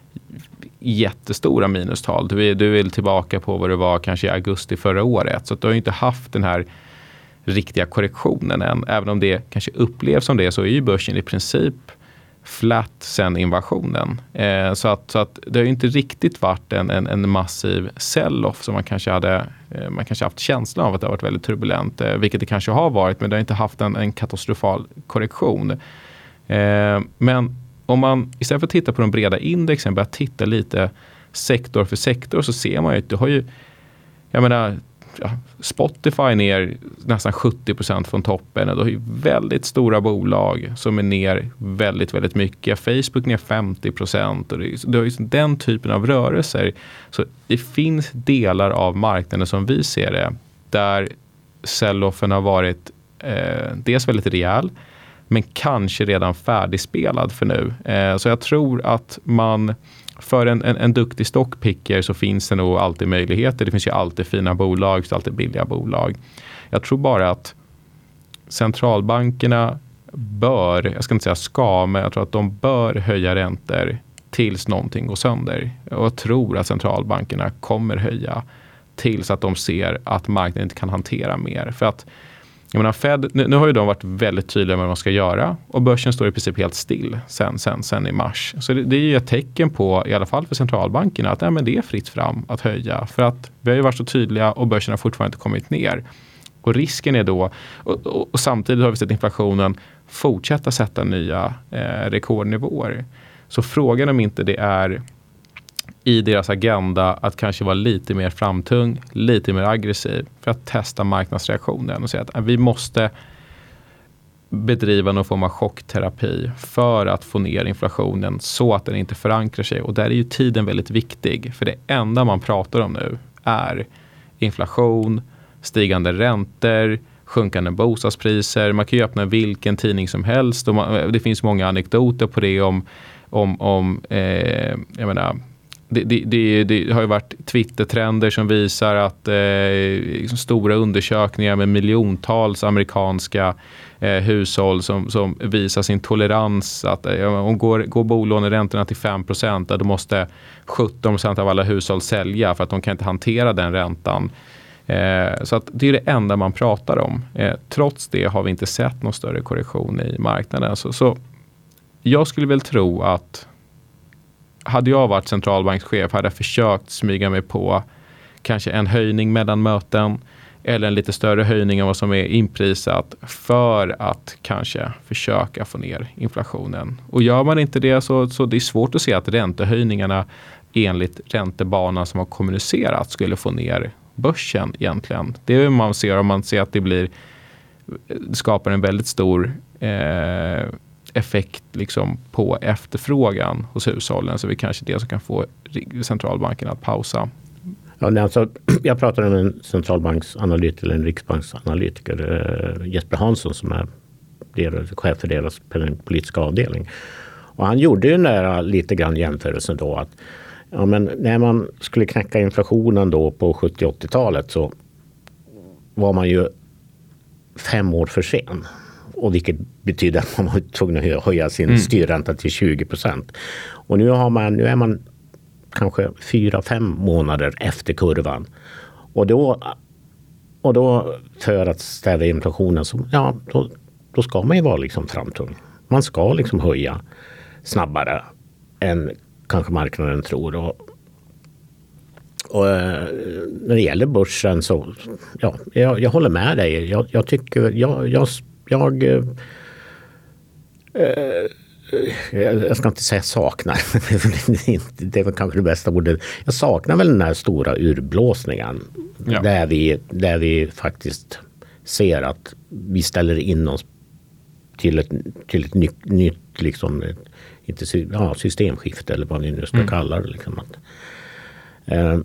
jättestora minustal. Du är, du är tillbaka på vad det var kanske i augusti förra året, så att du har inte haft den här riktiga korrektionen än. Även om det kanske upplevs som det så är ju börsen i princip flat sen invasionen. Eh, så, att, så att det har ju inte riktigt varit en, en, en massiv sell-off som man kanske hade eh, man kanske haft känslan av att det har varit väldigt turbulent, eh, vilket det kanske har varit, men det har inte haft en, en katastrofal korrektion. Eh, men om man istället för att titta på de breda indexen börjar titta lite sektor för sektor så ser man ju att du har ju, jag menar, ja, Spotify ner nästan sjuttio procent från toppen. Du har ju väldigt stora bolag som är ner väldigt, väldigt mycket. Facebook ner femtio procent. Och det, det är ju den typen av rörelser. Så det finns delar av marknaden som vi ser det där sell-offen har varit eh, dels väldigt rejäl men kanske redan färdigspelad för nu. Eh, så jag tror att man för en, en, en duktig stockpicker så finns det nog alltid möjligheter. Det finns ju alltid fina bolag, så alltid billiga bolag. Jag tror bara att centralbankerna bör, jag ska inte säga ska, men jag tror att de bör höja räntor tills någonting går sönder. Och jag tror att centralbankerna kommer höja tills att de ser att marknaden inte kan hantera mer. För att jag menar, Fed, nu, nu har ju de varit väldigt tydliga med vad de ska göra och börsen står i princip helt still sen, sen, sen i mars. Så det, det är ju ett tecken på, i alla fall för centralbankerna, att nej, men det är fritt fram att höja. För att vi har ju varit så tydliga och börsen har fortfarande inte kommit ner. Och risken är då, och, och, och samtidigt har vi sett inflationen fortsätta sätta nya eh, rekordnivåer. Så frågan om inte det är i deras agenda att kanske vara lite mer framtung, lite mer aggressiv för att testa marknadsreaktionen och säga att vi måste bedriva någon form av chockterapi för att få ner inflationen så att den inte förankrar sig. Och där är ju tiden väldigt viktig, för det enda man pratar om nu är inflation, stigande räntor, sjunkande bostadspriser. Man kan ju öppna vilken tidning som helst och man, det finns många anekdoter på det om, om, om eh, jag menar, det, det, det, det har ju varit Twitter-trender som visar att eh, liksom stora undersökningar med miljontals amerikanska eh, hushåll som, som visar sin tolerans att eh, om går, går bolåneräntorna till fem procent, då måste sjutton procent av alla hushåll sälja för att de kan inte hantera den räntan. Eh, så att det är det enda man pratar om. Eh, trots det har vi inte sett någon större korrektion i marknaden. Så, så jag skulle väl tro att hade jag varit centralbankschef hade jag försökt smyga mig på kanske en höjning mellan möten eller en lite större höjning än vad som är inprisat för att kanske försöka få ner inflationen. Och gör man inte det så, så det är svårt att se att räntehöjningarna enligt räntebanan som har kommunicerat skulle få ner börsen egentligen. Det är hur man ser om man ser att det blir det skapar en väldigt stor eh, effekt liksom på efterfrågan hos hushållen, så vi kanske det som kan få centralbanken att pausa. Ja, alltså, jag pratade med en centralbanksanalytiker eller en riksbanksanalytiker, eh, Jesper Hansson, som är deras, chef för deras politiska avdelning. Och han gjorde ju nära lite grann jämförelsen då att ja, men när man skulle knäcka inflationen då på sjuttio- och åttiotalet så var man ju fem år för sen. Och vilket betyder att man var tvungen att höja sin mm. styrränta till tjugo procent. Och nu, har man, nu är man kanske fyra, fem månader efter kurvan. Och då, och då för att stävja inflationen så ja, då, då ska man ju vara liksom framtung. Man ska liksom höja snabbare än kanske marknaden tror. Och, och när det gäller börsen så ja, jag, jag håller med dig. Jag, jag tycker jag, jag Jag, eh, jag ska inte säga saknar. Det är väl kanske det bästa ordet. Jag saknar väl den här stora urblåsningen. Ja. Där, vi, där vi faktiskt ser att vi ställer in oss till ett, till ett nytt, nytt liksom, ett, inte, ja, systemskifte eller vad ni nu ska mm. kalla det. Liksom. Att, eh,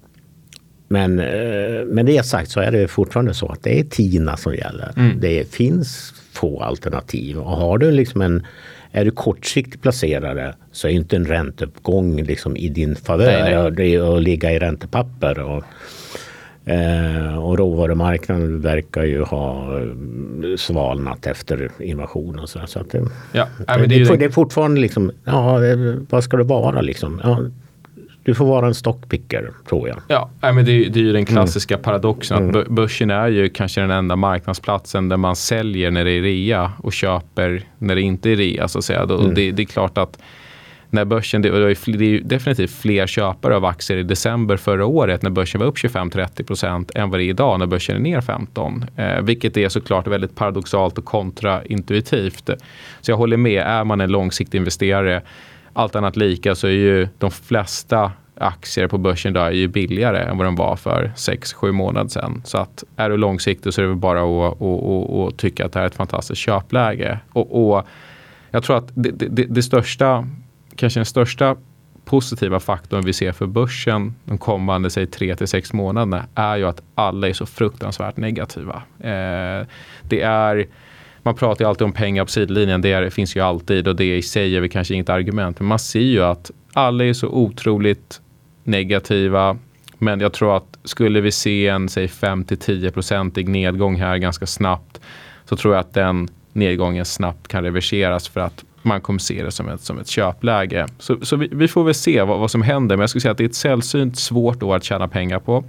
Men med det sagt så är det fortfarande så att det är TINA som gäller. Mm. Det finns få alternativ. Och har du liksom en, är du kortsiktigt placerare så är inte en ränteuppgång liksom i din favör. Det är att ligga i räntepapper. Och, eh, och råvarumarknaden verkar ju ha svalnat efter invasion och så. så att det, ja, det, det, det, är, det är fortfarande liksom, ja, vad ska det vara liksom? Ja, du får vara en stockpicker, tror jag. Ja, men det är, det är ju den klassiska mm. paradoxen att börsen är ju kanske den enda marknadsplatsen där man säljer när det är rea och köper när det inte är rea, så att säga. Mm. Det, det är klart att när börsen, det är, det är definitivt fler köpare av aktier i december förra året när börsen var upp tjugofem till trettio procent än vad det är idag när börsen är ner femton. Eh, vilket är såklart väldigt paradoxalt och kontraintuitivt. Så jag håller med, är man en långsiktig investerare allt annat lika så är ju de flesta aktier på börsen idag är ju billigare än vad de var för sex sju månader sedan. Så att är du långsiktig så är det bara att, att, att, att tycka att det här är ett fantastiskt köpläge. Och, och jag tror att det, det, det största, kanske den största positiva faktorn vi ser för börsen de kommande säg tre till sex månaderna är ju att alla är så fruktansvärt negativa. Eh, det är Man pratar ju alltid om pengar på sidlinjen, det är, finns ju alltid och det i sig är väl kanske inget argument. Men man ser ju att alla är så otroligt negativa. Men jag tror att skulle vi se en säg fem till tio procentig nedgång här ganska snabbt så tror jag att den nedgången snabbt kan reverseras för att man kommer se det som ett, som ett köpläge. Så, så vi, vi får väl se vad, vad som händer. Men jag skulle säga att det är ett sällsynt svårt år att tjäna pengar på.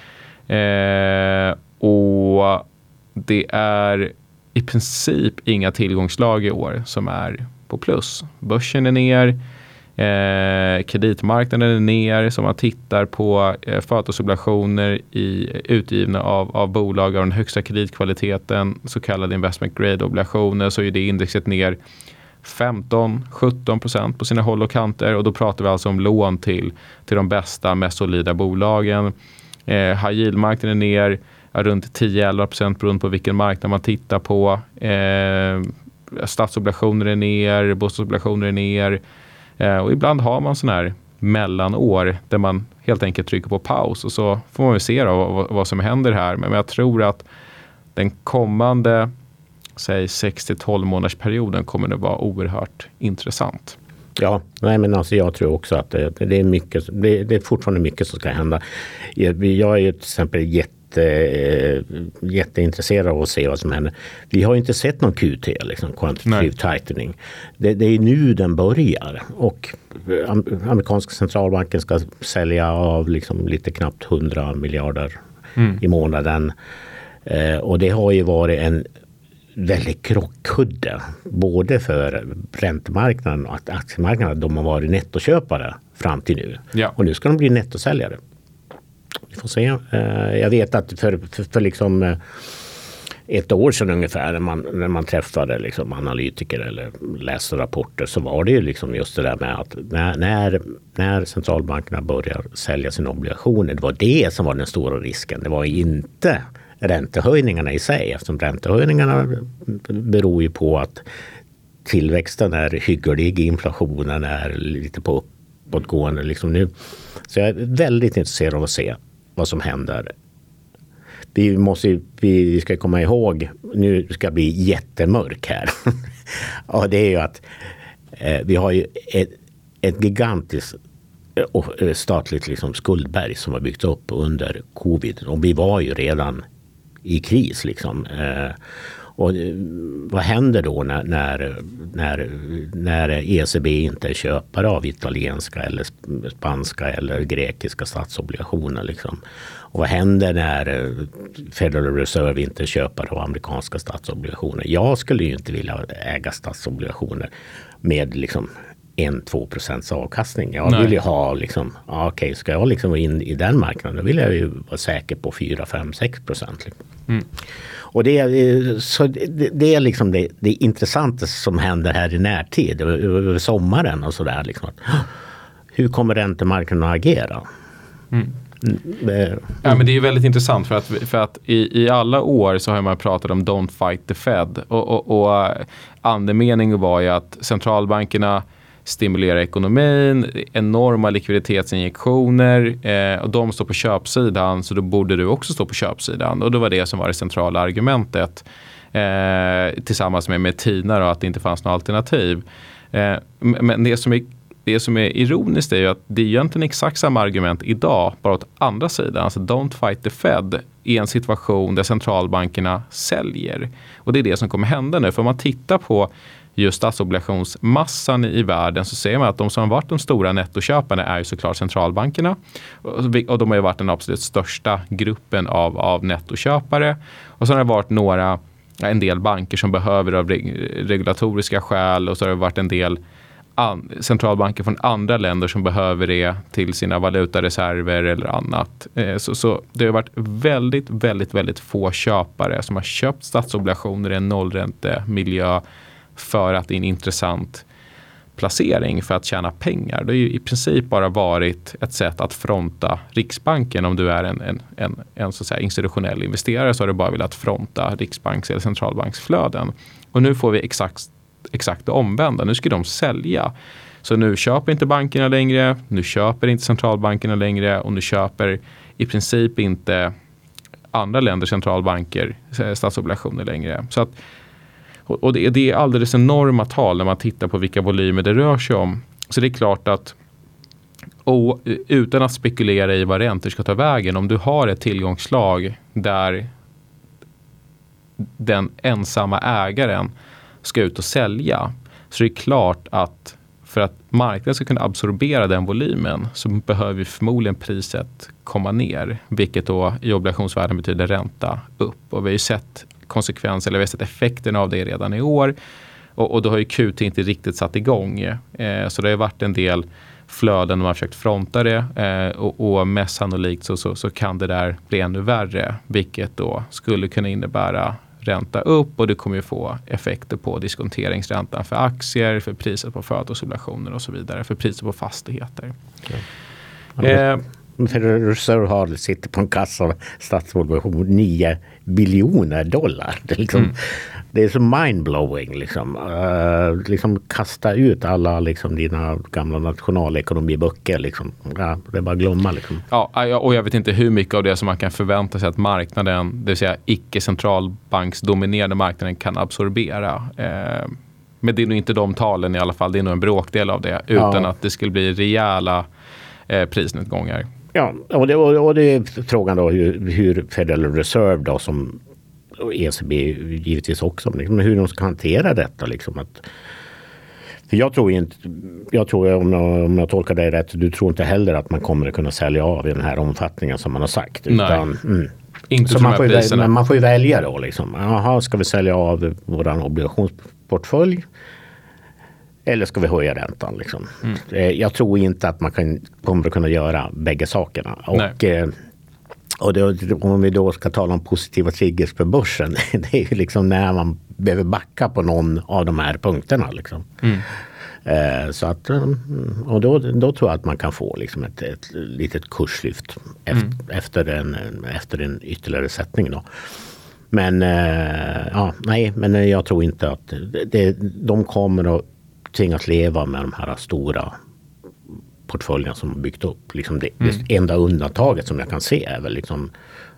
Eh, och det är i princip inga tillgångslag i år som är på plus. Börsen är ner, eh, kreditmarknaden är ner, som man tittar på eh, företagsobligationer i, utgivna av, av bolag av den högsta kreditkvaliteten, så kallade investment grade obligationer, så är det indexet ner femton till sjutton procent på sina håll och kanter. Och då pratar vi alltså om lån till, till de bästa, mest solida bolagen. Eh, high yield-marknaden är ner ja, runt tio till elva procent beroende på vilken marknad man tittar på. Eh, statsobligationer är ner, bostadsobligationer är ner. Eh, och ibland har man sån här mellanår där man helt enkelt trycker på paus och så får man ju se då vad, vad som händer här. Men jag tror att den kommande säg sex till tolv månaders perioden kommer att vara oerhört intressant. Ja, nej men alltså jag tror också att det, det är mycket, det, det är fortfarande mycket som ska hända. Jag, jag är ju till exempel jätte, jätteintresserad av att se vad som händer. Vi har ju inte sett någon Q T, liksom quantitative tightening. Det, det är nu den börjar och amerikanska centralbanken ska sälja av liksom lite knappt hundra miljarder mm. i månaden. Eh, och det har ju varit en väldigt krockkudde både för räntemarknaden och aktiemarknaden. De har varit nettoköpare fram till nu. Ja. Och nu ska de bli nettosäljare. Vi får se. Jag vet att för, för, för liksom ett år sedan ungefär när man, när man träffade liksom analytiker eller läste rapporter så var det ju liksom just det där med att när, när, när centralbankerna börjar sälja sina obligationer, det var det som var den stora risken. Det var inte räntehöjningarna i sig, eftersom räntehöjningarna beror ju på att tillväxten är hygglig, inflationen är lite på uppåtgående liksom nu. Så jag är väldigt intresserad av att se vad som händer. Vi måste vi ska komma ihåg, nu ska det bli jättemörk här. Ja, det är ju att eh, vi har ju ett, ett gigantiskt eh, statligt liksom skuldberg som har byggts upp under covid. Och vi var ju redan i kris liksom. Eh, och vad händer då när, när, när, när E C B inte är köpare av italienska eller spanska eller grekiska statsobligationer liksom? Och vad händer när Federal Reserve inte är köpare av amerikanska statsobligationer? Jag skulle ju inte vilja äga statsobligationer med liksom en till två procents avkastning. Jag Nej. vill ju ha liksom, ja, okej, ska jag liksom in i den marknaden, då vill jag ju vara säker på fyra, fem, sex procent. Liksom. Mm. Och det är, så det, det är liksom det, det intressanta som händer här i närtid, över sommaren och sådär. Liksom. Hur kommer räntemarknaden att agera? Mm. Mm. Ja, men det är ju väldigt intressant för att, för att i, i alla år så har man pratat om don't fight the Fed. Och, och, och andemeningen var ju att centralbankerna stimulera ekonomin, enorma likviditetsinjektioner eh, och de står på köpsidan, så då borde du också stå på köpsidan. Och det var det som var det centrala argumentet eh, tillsammans med, med Tina då, att det inte fanns något alternativ. Eh, men det som, är, det som är ironiskt är ju att det är egentligen exakt samma argument idag, bara åt andra sidan. Alltså don't fight the Fed i en situation där centralbankerna säljer. Och det är det som kommer hända nu. För om man tittar på just statsobligationsmassan i världen så ser man att de som har varit de stora nettoköparna är ju såklart centralbankerna. Och de har ju varit den absolut största gruppen av, av nettoköpare. Och så har det varit några, en del banker som behöver av regulatoriska skäl, och så har det varit en del an, centralbanker från andra länder som behöver det till sina valutareserver eller annat. Så, så det har varit väldigt, väldigt, väldigt få köpare som har köpt statsobligationer i en nollräntemiljö för att det är en intressant placering för att tjäna pengar. Det har ju i princip bara varit ett sätt att fronta Riksbanken. Om du är en, en, en, en så att säga institutionell investerare så har du bara velat fronta Riksbanks eller centralbanksflöden. Och nu får vi exakt, exakt det omvända. Nu ska de sälja. Så nu köper inte bankerna längre, nu köper inte centralbankerna längre och nu köper i princip inte andra länders centralbanker statsobligationer längre. Så att Och det, det är alldeles enorma tal när man tittar på vilka volymer det rör sig om. Så det är klart att och, utan att spekulera i vad räntor ska ta vägen, om du har ett tillgångslag där den ensamma ägaren ska ut och sälja, så det är klart att för att marknaden ska kunna absorbera den volymen så behöver förmodligen priset komma ner, vilket då i obligationsvärlden betyder ränta upp. Och vi har ju sett konsekvenser, eller vi har sett effekten av det redan i år. Och, och då har ju Q T inte riktigt satt igång. Eh, så det har varit en del flöden man har försökt fronta det. Eh, och, och mest sannolikt så, så, så kan det där bli ännu värre. Vilket då skulle kunna innebära ränta upp och det kommer ju få effekter på diskonteringsräntan för aktier, för priset på företagsobligationer och så vidare, för priset på fastigheter. Ja. Eh, Federal Reserve har sitter på en kassa av statsobligation nio biljoner dollar. Det är, liksom, mm. det är så mindblowing. Liksom. Uh, liksom kasta ut alla liksom, dina gamla nationalekonomiböcker. Liksom. Ja, det är bara glömma. Liksom. Ja, och jag vet inte hur mycket av det som man kan förvänta sig att marknaden, det vill säga icke-centralbanksdominerande marknaden, kan absorbera. Uh, men det är nog inte de talen i alla fall. Det är nog en bråkdel av det. Utan ja. att det skulle bli rejäla uh, prisnedgångar. Ja, och det, och det är frågan då hur, hur Federal Reserve då som E C B givetvis också, liksom, hur de ska hantera detta. Liksom, att, för jag tror inte, jag tror om jag, om jag tolkar dig rätt, du tror inte heller att man kommer att kunna sälja av i den här omfattningen som man har sagt. Utan, Nej, mm. inte så man får, ju, men man får ju välja då. Liksom. Jaha, ska vi sälja av vår obligationsportfolj? Eller ska vi höja räntan? Liksom? Mm. Jag tror inte att man kan, kommer att kunna göra bägge sakerna. Och, eh, och det, om vi då ska tala om positiva triggers för börsen, det är ju liksom när man behöver backa på någon av de här punkterna. Liksom. Mm. Eh, så att, och då, då tror jag att man kan få liksom ett, ett litet kurslyft efter, mm. efter, en, efter en ytterligare sättning. Då. Men, eh, ja, nej, men jag tror inte att det, de kommer att tvingas leva med de här stora portföljerna som har byggt upp. Liksom det, mm. det enda undantaget som jag kan se är väl liksom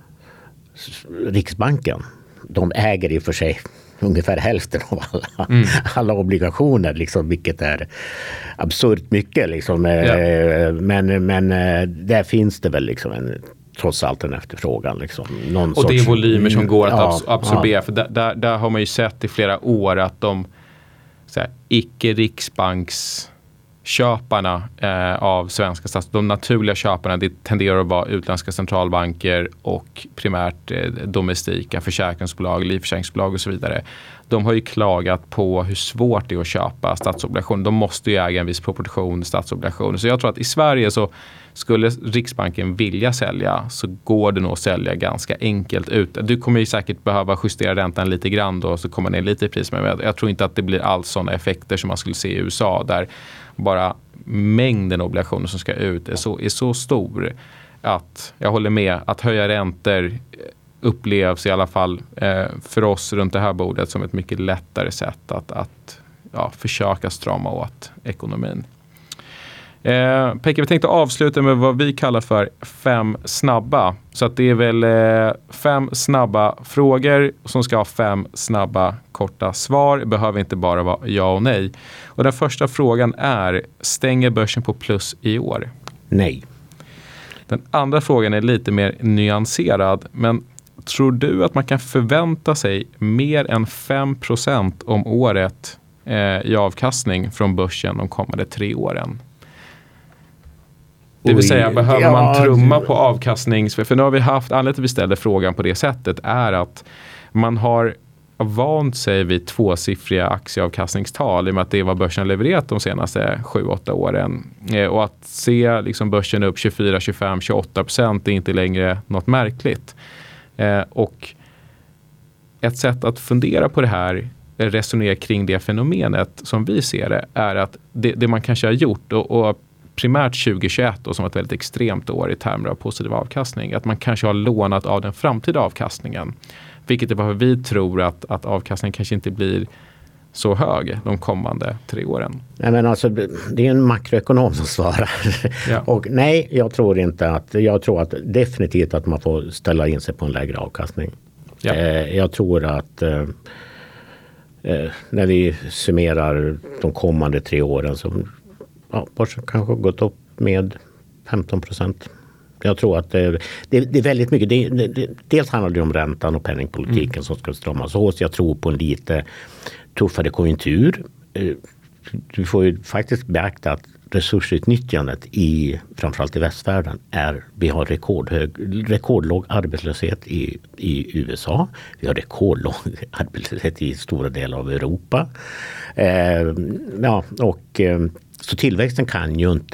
Riksbanken. De äger i och för sig ungefär hälften av alla, mm. alla obligationer, liksom, vilket är absurt mycket. Liksom. Ja. Men, men där finns det väl liksom en, trots allt en efterfrågan. Liksom. Någon och sorts, det är volymer som går att ja, absorbera. Ja. För där, där, där har man ju sett i flera år att de så här, icke-riksbanksköparna eh, av svenska stats, de naturliga köparna, det tenderar att vara utländska centralbanker och primärt eh, domestika försäkringsbolag, livförsäkringsbolag och så vidare. De har ju klagat på hur svårt det är att köpa statsobligationer. De måste ju äga en viss proportion statsobligationer. Så jag tror att i Sverige så skulle Riksbanken vilja sälja så går det nog att sälja ganska enkelt ut. Du kommer ju säkert behöva justera räntan lite grann då så kommer ner lite i pris. Men jag tror inte att det blir alls sådana effekter som man skulle se i U S A där bara mängden obligationer som ska ut är så, är så stor att jag håller med att höja räntor upplevs i alla fall eh, för oss runt det här bordet som ett mycket lättare sätt att, att ja, försöka strama åt ekonomin. Eh, Pekka, vi tänkte avsluta med vad vi kallar för fem snabba. Så att det är väl eh, fem snabba frågor som ska ha fem snabba korta svar. Det behöver inte bara vara ja och nej. Och den första frågan är, stänger börsen på plus i år? Nej. Den andra frågan är lite mer nyanserad, men tror du att man kan förvänta sig mer än fem procent om året eh, i avkastning från börsen de kommande tre åren? Det vill säga, behöver ja, man trumma på avkastnings... För nu har vi haft, anledningen till att vi ställde frågan på det sättet är att man har vant sig vid tvåsiffriga aktieavkastningstal i och med att det är vad börsen har levererat de senaste sju åtta åren. Eh, och att se liksom börsen upp tjugofyra, tjugofem, tjugoåtta procent är inte längre något märkligt. Eh, och ett sätt att fundera på det här, resonera kring det fenomenet som vi ser det, är att det, det man kanske har gjort och, och primärt tjugohundratjugoett då, som ett väldigt extremt år i termer av positiv avkastning, att man kanske har lånat av den framtida avkastningen. Vilket är varför vi tror att, att avkastningen kanske inte blir så hög de kommande tre åren. Nej, men alltså, det är en makroekonom som svarar. Ja. Och nej, jag tror inte att, jag tror att definitivt att man får ställa in sig på en lägre avkastning. Ja. Eh, jag tror att eh, eh, när vi summerar de kommande tre åren så ja, börsen kanske har gått upp med femton procent. Jag tror att det, det, det är väldigt mycket. Det, det, dels handlar det om räntan och penningpolitiken mm. som ska stramas åt. Jag tror på en lite tuffare konjunktur. Du får ju faktiskt beakta att resursutnyttjandet i framförallt i västvärlden är, vi har rekordhög, rekordlåg arbetslöshet i, i U S A. Vi har rekordlåg arbetslöshet i stora delar av Europa. Eh, ja, och, så tillväxten kan ju inte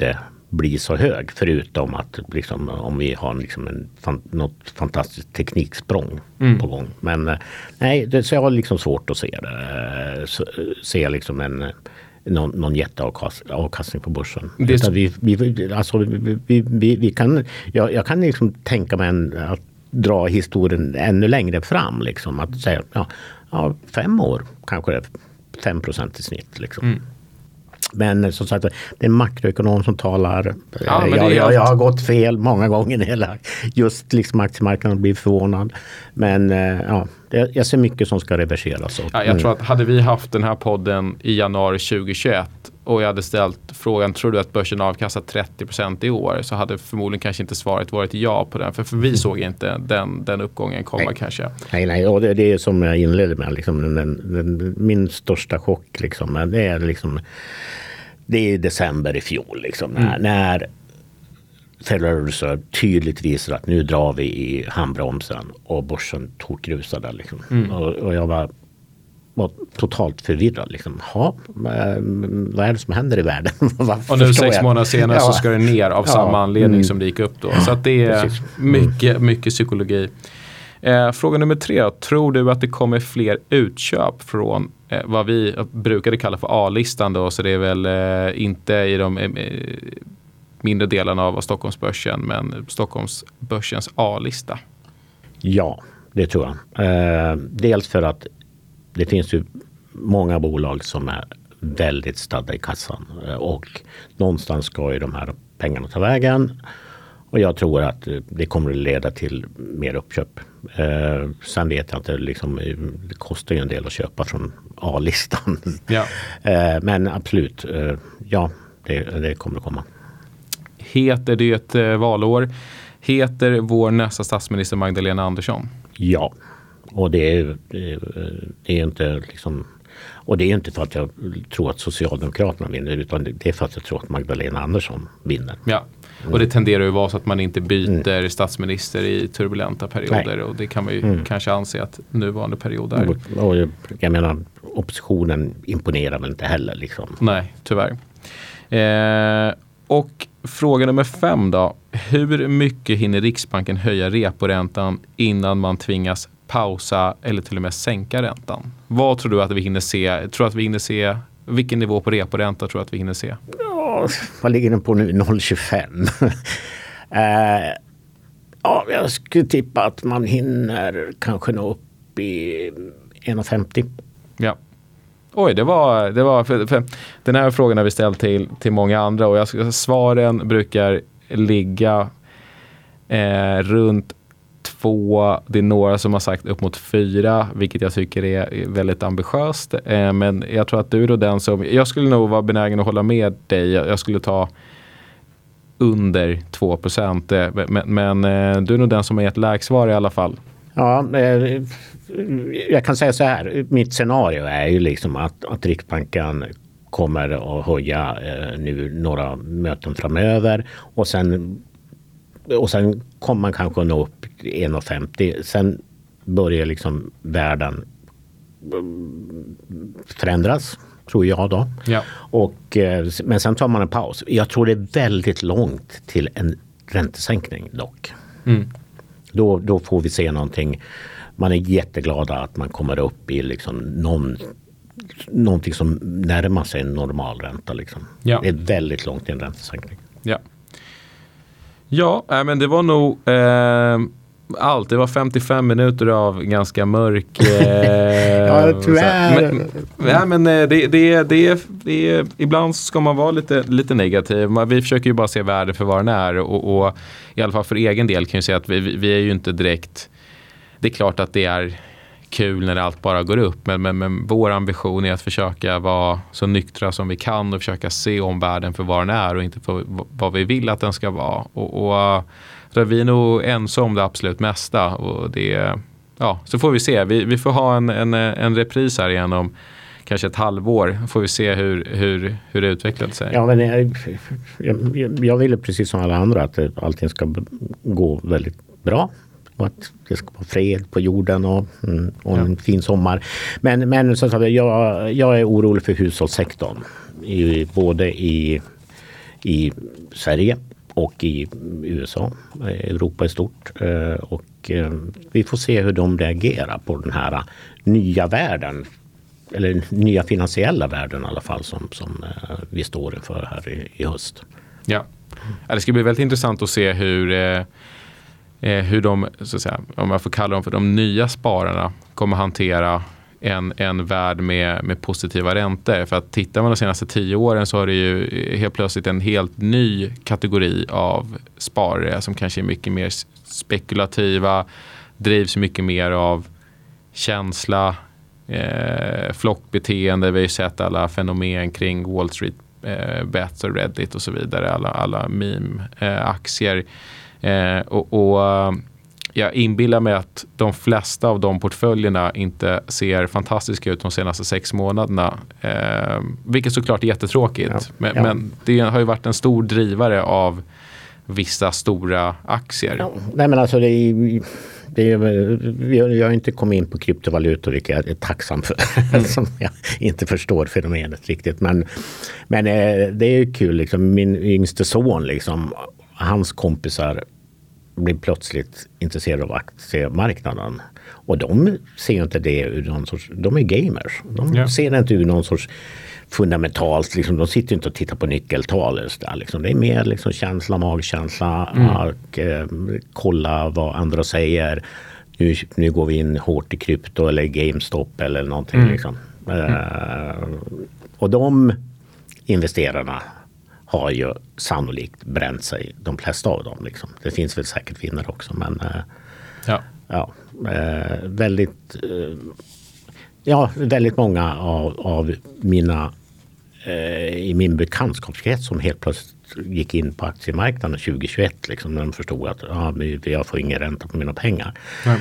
bli så hög, förutom att liksom, om vi har liksom en, något fantastiskt tekniksprång mm. på gång. Men nej, det, så jag har liksom svårt att se det. Så, se liksom en, någon, någon jätteavkastning på börsen. Det... Vi, vi, alltså, vi, vi, vi, vi kan, jag, jag kan liksom tänka mig en, att dra historien ännu längre fram. Liksom, att säga ja, ja, fem år kanske det är fem procent i snitt. Liksom. Mm. Men som sagt, det är en makroekonom som talar. Ja, jag, jag, jag har gått fel många gånger hela just liksom aktiemarknaden blir förvånad. Men ja, jag ser mycket som ska reverseras. Ja, jag tror att hade vi haft den här podden i januari tjugohundratjugoett och jag hade ställt frågan, tror du att börsen avkastar trettio procent i år, så hade förmodligen kanske inte svaret varit ja på den. För, för vi såg inte den, den uppgången komma nej. kanske. Nej, nej, och det, det är som jag inledde med. Liksom, den, den, min största chock liksom, det är liksom det är december i fjol liksom, mm. när, när Federal Reserve tydligt visar att nu drar vi i handbromsen och börsen tokrusade liksom. Mm. Och, och jag var, var totalt förvirrad liksom. Ha, vad är det som händer i världen? Och nu sex månader senare ja. så ska det ner av ja. samma anledning mm. som det gick upp då. Så att det är Precis. mycket, mycket psykologi. Eh, fråga nummer tre. Tror du att det kommer fler utköp från eh, vad vi brukade kalla för A-listan då? Så det är väl eh, inte i de eh, mindre delarna av Stockholmsbörsen, men Stockholmsbörsens A-lista. Ja, det tror jag. Eh, dels för att det finns ju många bolag som är väldigt stadda i kassan. Eh, och någonstans ska ju de här pengarna ta vägen. Och jag tror att det kommer att leda till mer uppköp. Eh, sen vet jag inte, liksom, det kostar ju en del att köpa från A-listan. Ja. Eh, men absolut, eh, ja, det, det kommer att komma. Heter det ett eh, valår? Heter vår nästa statsminister Magdalena Andersson? Ja, och det är, det är, det är inte liksom... Och det är inte för att jag tror att Socialdemokraterna vinner, utan det är för att jag tror att Magdalena Andersson vinner. Ja. Och det tenderar ju att vara så att man inte byter mm. statsminister i turbulenta perioder. Nej. Och det kan man ju mm. kanske anse att nuvarande period är. Och, och jag menar, oppositionen imponerar väl inte heller. Liksom. Nej, tyvärr. Eh, och fråga nummer fem då. Hur mycket hinner Riksbanken höja reporäntan innan man tvingas pausa eller till och med sänka räntan? Vad tror du att vi hinner se? Tror att vi hinner se, vilken nivå på reporänta tror du att vi hinner se? Ja, vad ligger den på nu? noll komma tjugofem. eh, ja, jag skulle tippa att man hinner kanske nå upp i en komma femtio. Ja. Oj, det var, det var för, för den här frågan har vi ställt till, till många andra och jag, svaren brukar ligga eh, runt två, det är några som har sagt upp mot fyra, vilket jag tycker är väldigt ambitiöst. Eh, men jag tror att du är den som, jag skulle nog vara benägen att hålla med dig. Jag, jag skulle ta under två procent. Eh, men men eh, du är nog den som har gett lägsvar i alla fall. Ja, eh, jag kan säga så här. Mitt scenario är ju liksom att, att Riksbanken kommer att höja eh, nu några möten framöver och sen Och sen kommer man kanske nå upp en komma femtio. Sen börjar liksom världen förändras, tror jag då. Ja. Och, men sen tar man en paus. Jag tror det är väldigt långt till en räntesänkning dock. Mm. Då, då får vi se någonting. Man är jätteglada att man kommer upp i liksom någon, någonting som närmar sig en normal ränta. Liksom. Ja. Det är väldigt långt till en räntesänkning. Ja. Ja, äh, men det var nog eh, allt. Det var femtiofem minuter av ganska mörk... Eh, ja, tyvärr. Men, ja, men det, det, det, det, det, ibland ska man vara lite, lite negativ. Vi försöker ju bara se värde för vad den är. Och, och i alla fall för egen del kan jag säga att vi, vi är ju inte direkt... Det är klart att det är kul när allt bara går upp. Men, men, men vår ambition är att försöka vara så nyktra som vi kan och försöka se om världen för vad den är och inte för vad vi vill att den ska vara. Och, och så vi är nog ensamma om det absolut mesta. Och det, ja, så får vi se. Vi, vi får ha en, en, en repris här igen om kanske ett halvår. Får vi se hur, hur, hur det utvecklar sig. Ja, men jag, jag, jag vill precis som alla andra att allting ska gå väldigt bra. Och att det ska vara fred på jorden och, och en ja. fin sommar. Men, men så att jag, jag är orolig för hushållssektorn. I, både i, i Sverige och i U S A, Europa i stort. Och vi får se hur de reagerar på den här nya världen, eller nya finansiella världen i alla fall, som, som vi står inför här i, i höst. Ja. Ja, det ska bli väldigt intressant att se hur, eh, hur de, så att säga, om jag får kalla dem för de nya spararna, kommer hantera en, en värld med, med positiva räntor. För att tittar man de senaste tio åren så har det ju helt plötsligt en helt ny kategori av sparare som kanske är mycket mer spekulativa, drivs mycket mer av känsla, eh, flockbeteende. Vi har ju sett alla fenomen kring Wall Street eh, bets och Reddit och så vidare, alla, alla meme-aktier. Eh, och, och jag inbillar mig att de flesta av de portföljerna inte ser fantastiska ut de senaste sex månaderna. Eh, vilket såklart är jättetråkigt. Ja, men, ja. men det har ju varit en stor drivare av vissa stora aktier. Ja, nej men alltså det är, det är, jag har inte kommit in på kryptovalutor, vilket jag är tacksam för. Mm. Som jag inte förstår fenomenet riktigt. Men, men det är kul, liksom, min yngste son, liksom, hans kompisar blir plötsligt intresserade av aktiemarknaden. Och de ser ju inte det ur någon sorts, de är gamers. De ja. ser det inte ur någon sorts fundamentalt, liksom, de sitter inte och tittar på nyckeltal. Liksom. Det är mer liksom, känsla, magkänsla, mm. och eh, kolla vad andra säger. Nu, nu går vi in hårt i krypto eller GameStop eller någonting. Mm. Liksom. Mm. Eh, och de investerarna har ju sannolikt bränt sig, de flesta av dem. Liksom. Det finns väl säkert vinnare också, men eh, ja. Ja, eh, väldigt eh, ja, väldigt många av, av mina eh, i min bekantskapskrets som helt plötsligt gick in på aktiemarknaden tjugohundratjugoett, liksom, när de förstod att ah, jag får ingen ränta på mina pengar. Mm.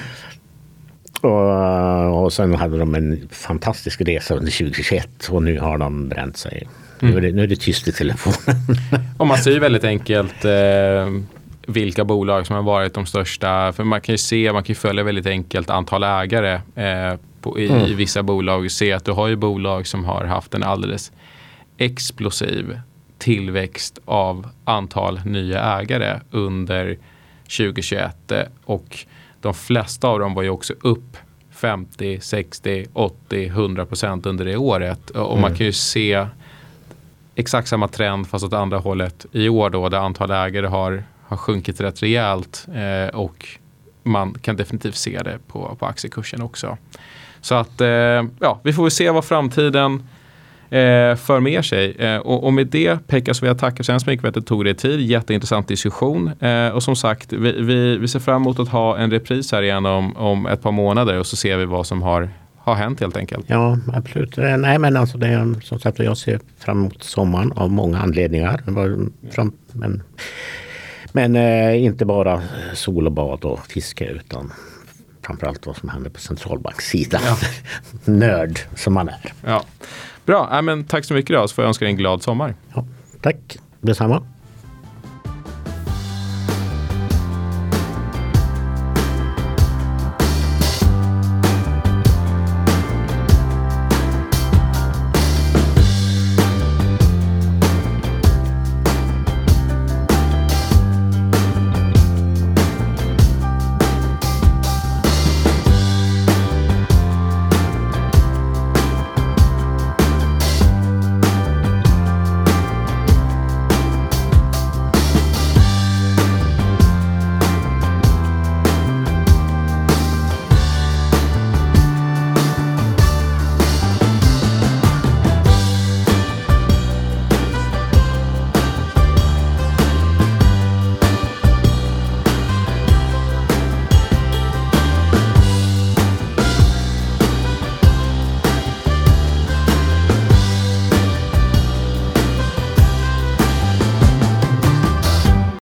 Och, och sen hade de en fantastisk resa under tjugohundratjugoett och nu har de bränt sig. Mm. Nu, är det, nu är det tyst i telefonen. Och man ser ju väldigt enkelt eh, vilka bolag som har varit de största. För man kan ju se, man kan ju följa väldigt enkelt antal ägare eh, på, i, mm. i vissa bolag. Och se att du har ju bolag som har haft en alldeles explosiv tillväxt av antal nya ägare under tjugohundratjugoett. Och de flesta av dem var ju också upp femtio, sextio, åttio, hundra procent under det året. Och mm. man kan ju se exakt samma trend fast åt andra hållet i år då, där antal ägare har, har sjunkit rätt rejält eh, och man kan definitivt se det på, på aktiekursen också. Så att eh, ja, vi får väl se vad framtiden eh, för med sig. Eh, och, och med det, Pekka, så vill jag tacka så hemskt mycket för att det tog dig tid. Jätteintressant diskussion. Eh, och som sagt, vi, vi, vi ser fram emot att ha en repris här igen om, om ett par månader och så ser vi vad som har har hänt helt enkelt. Ja, absolut. Nej, men alltså det är som sagt, jag ser fram emot sommaren av många anledningar. Men, men eh, inte bara sol och bad och fiske, utan framförallt vad som händer på centralbankssidan. Ja. Nörd som man är. Ja. Bra, äh, men tack så mycket då, så får jag önska dig en glad sommar. Ja, tack, detsamma.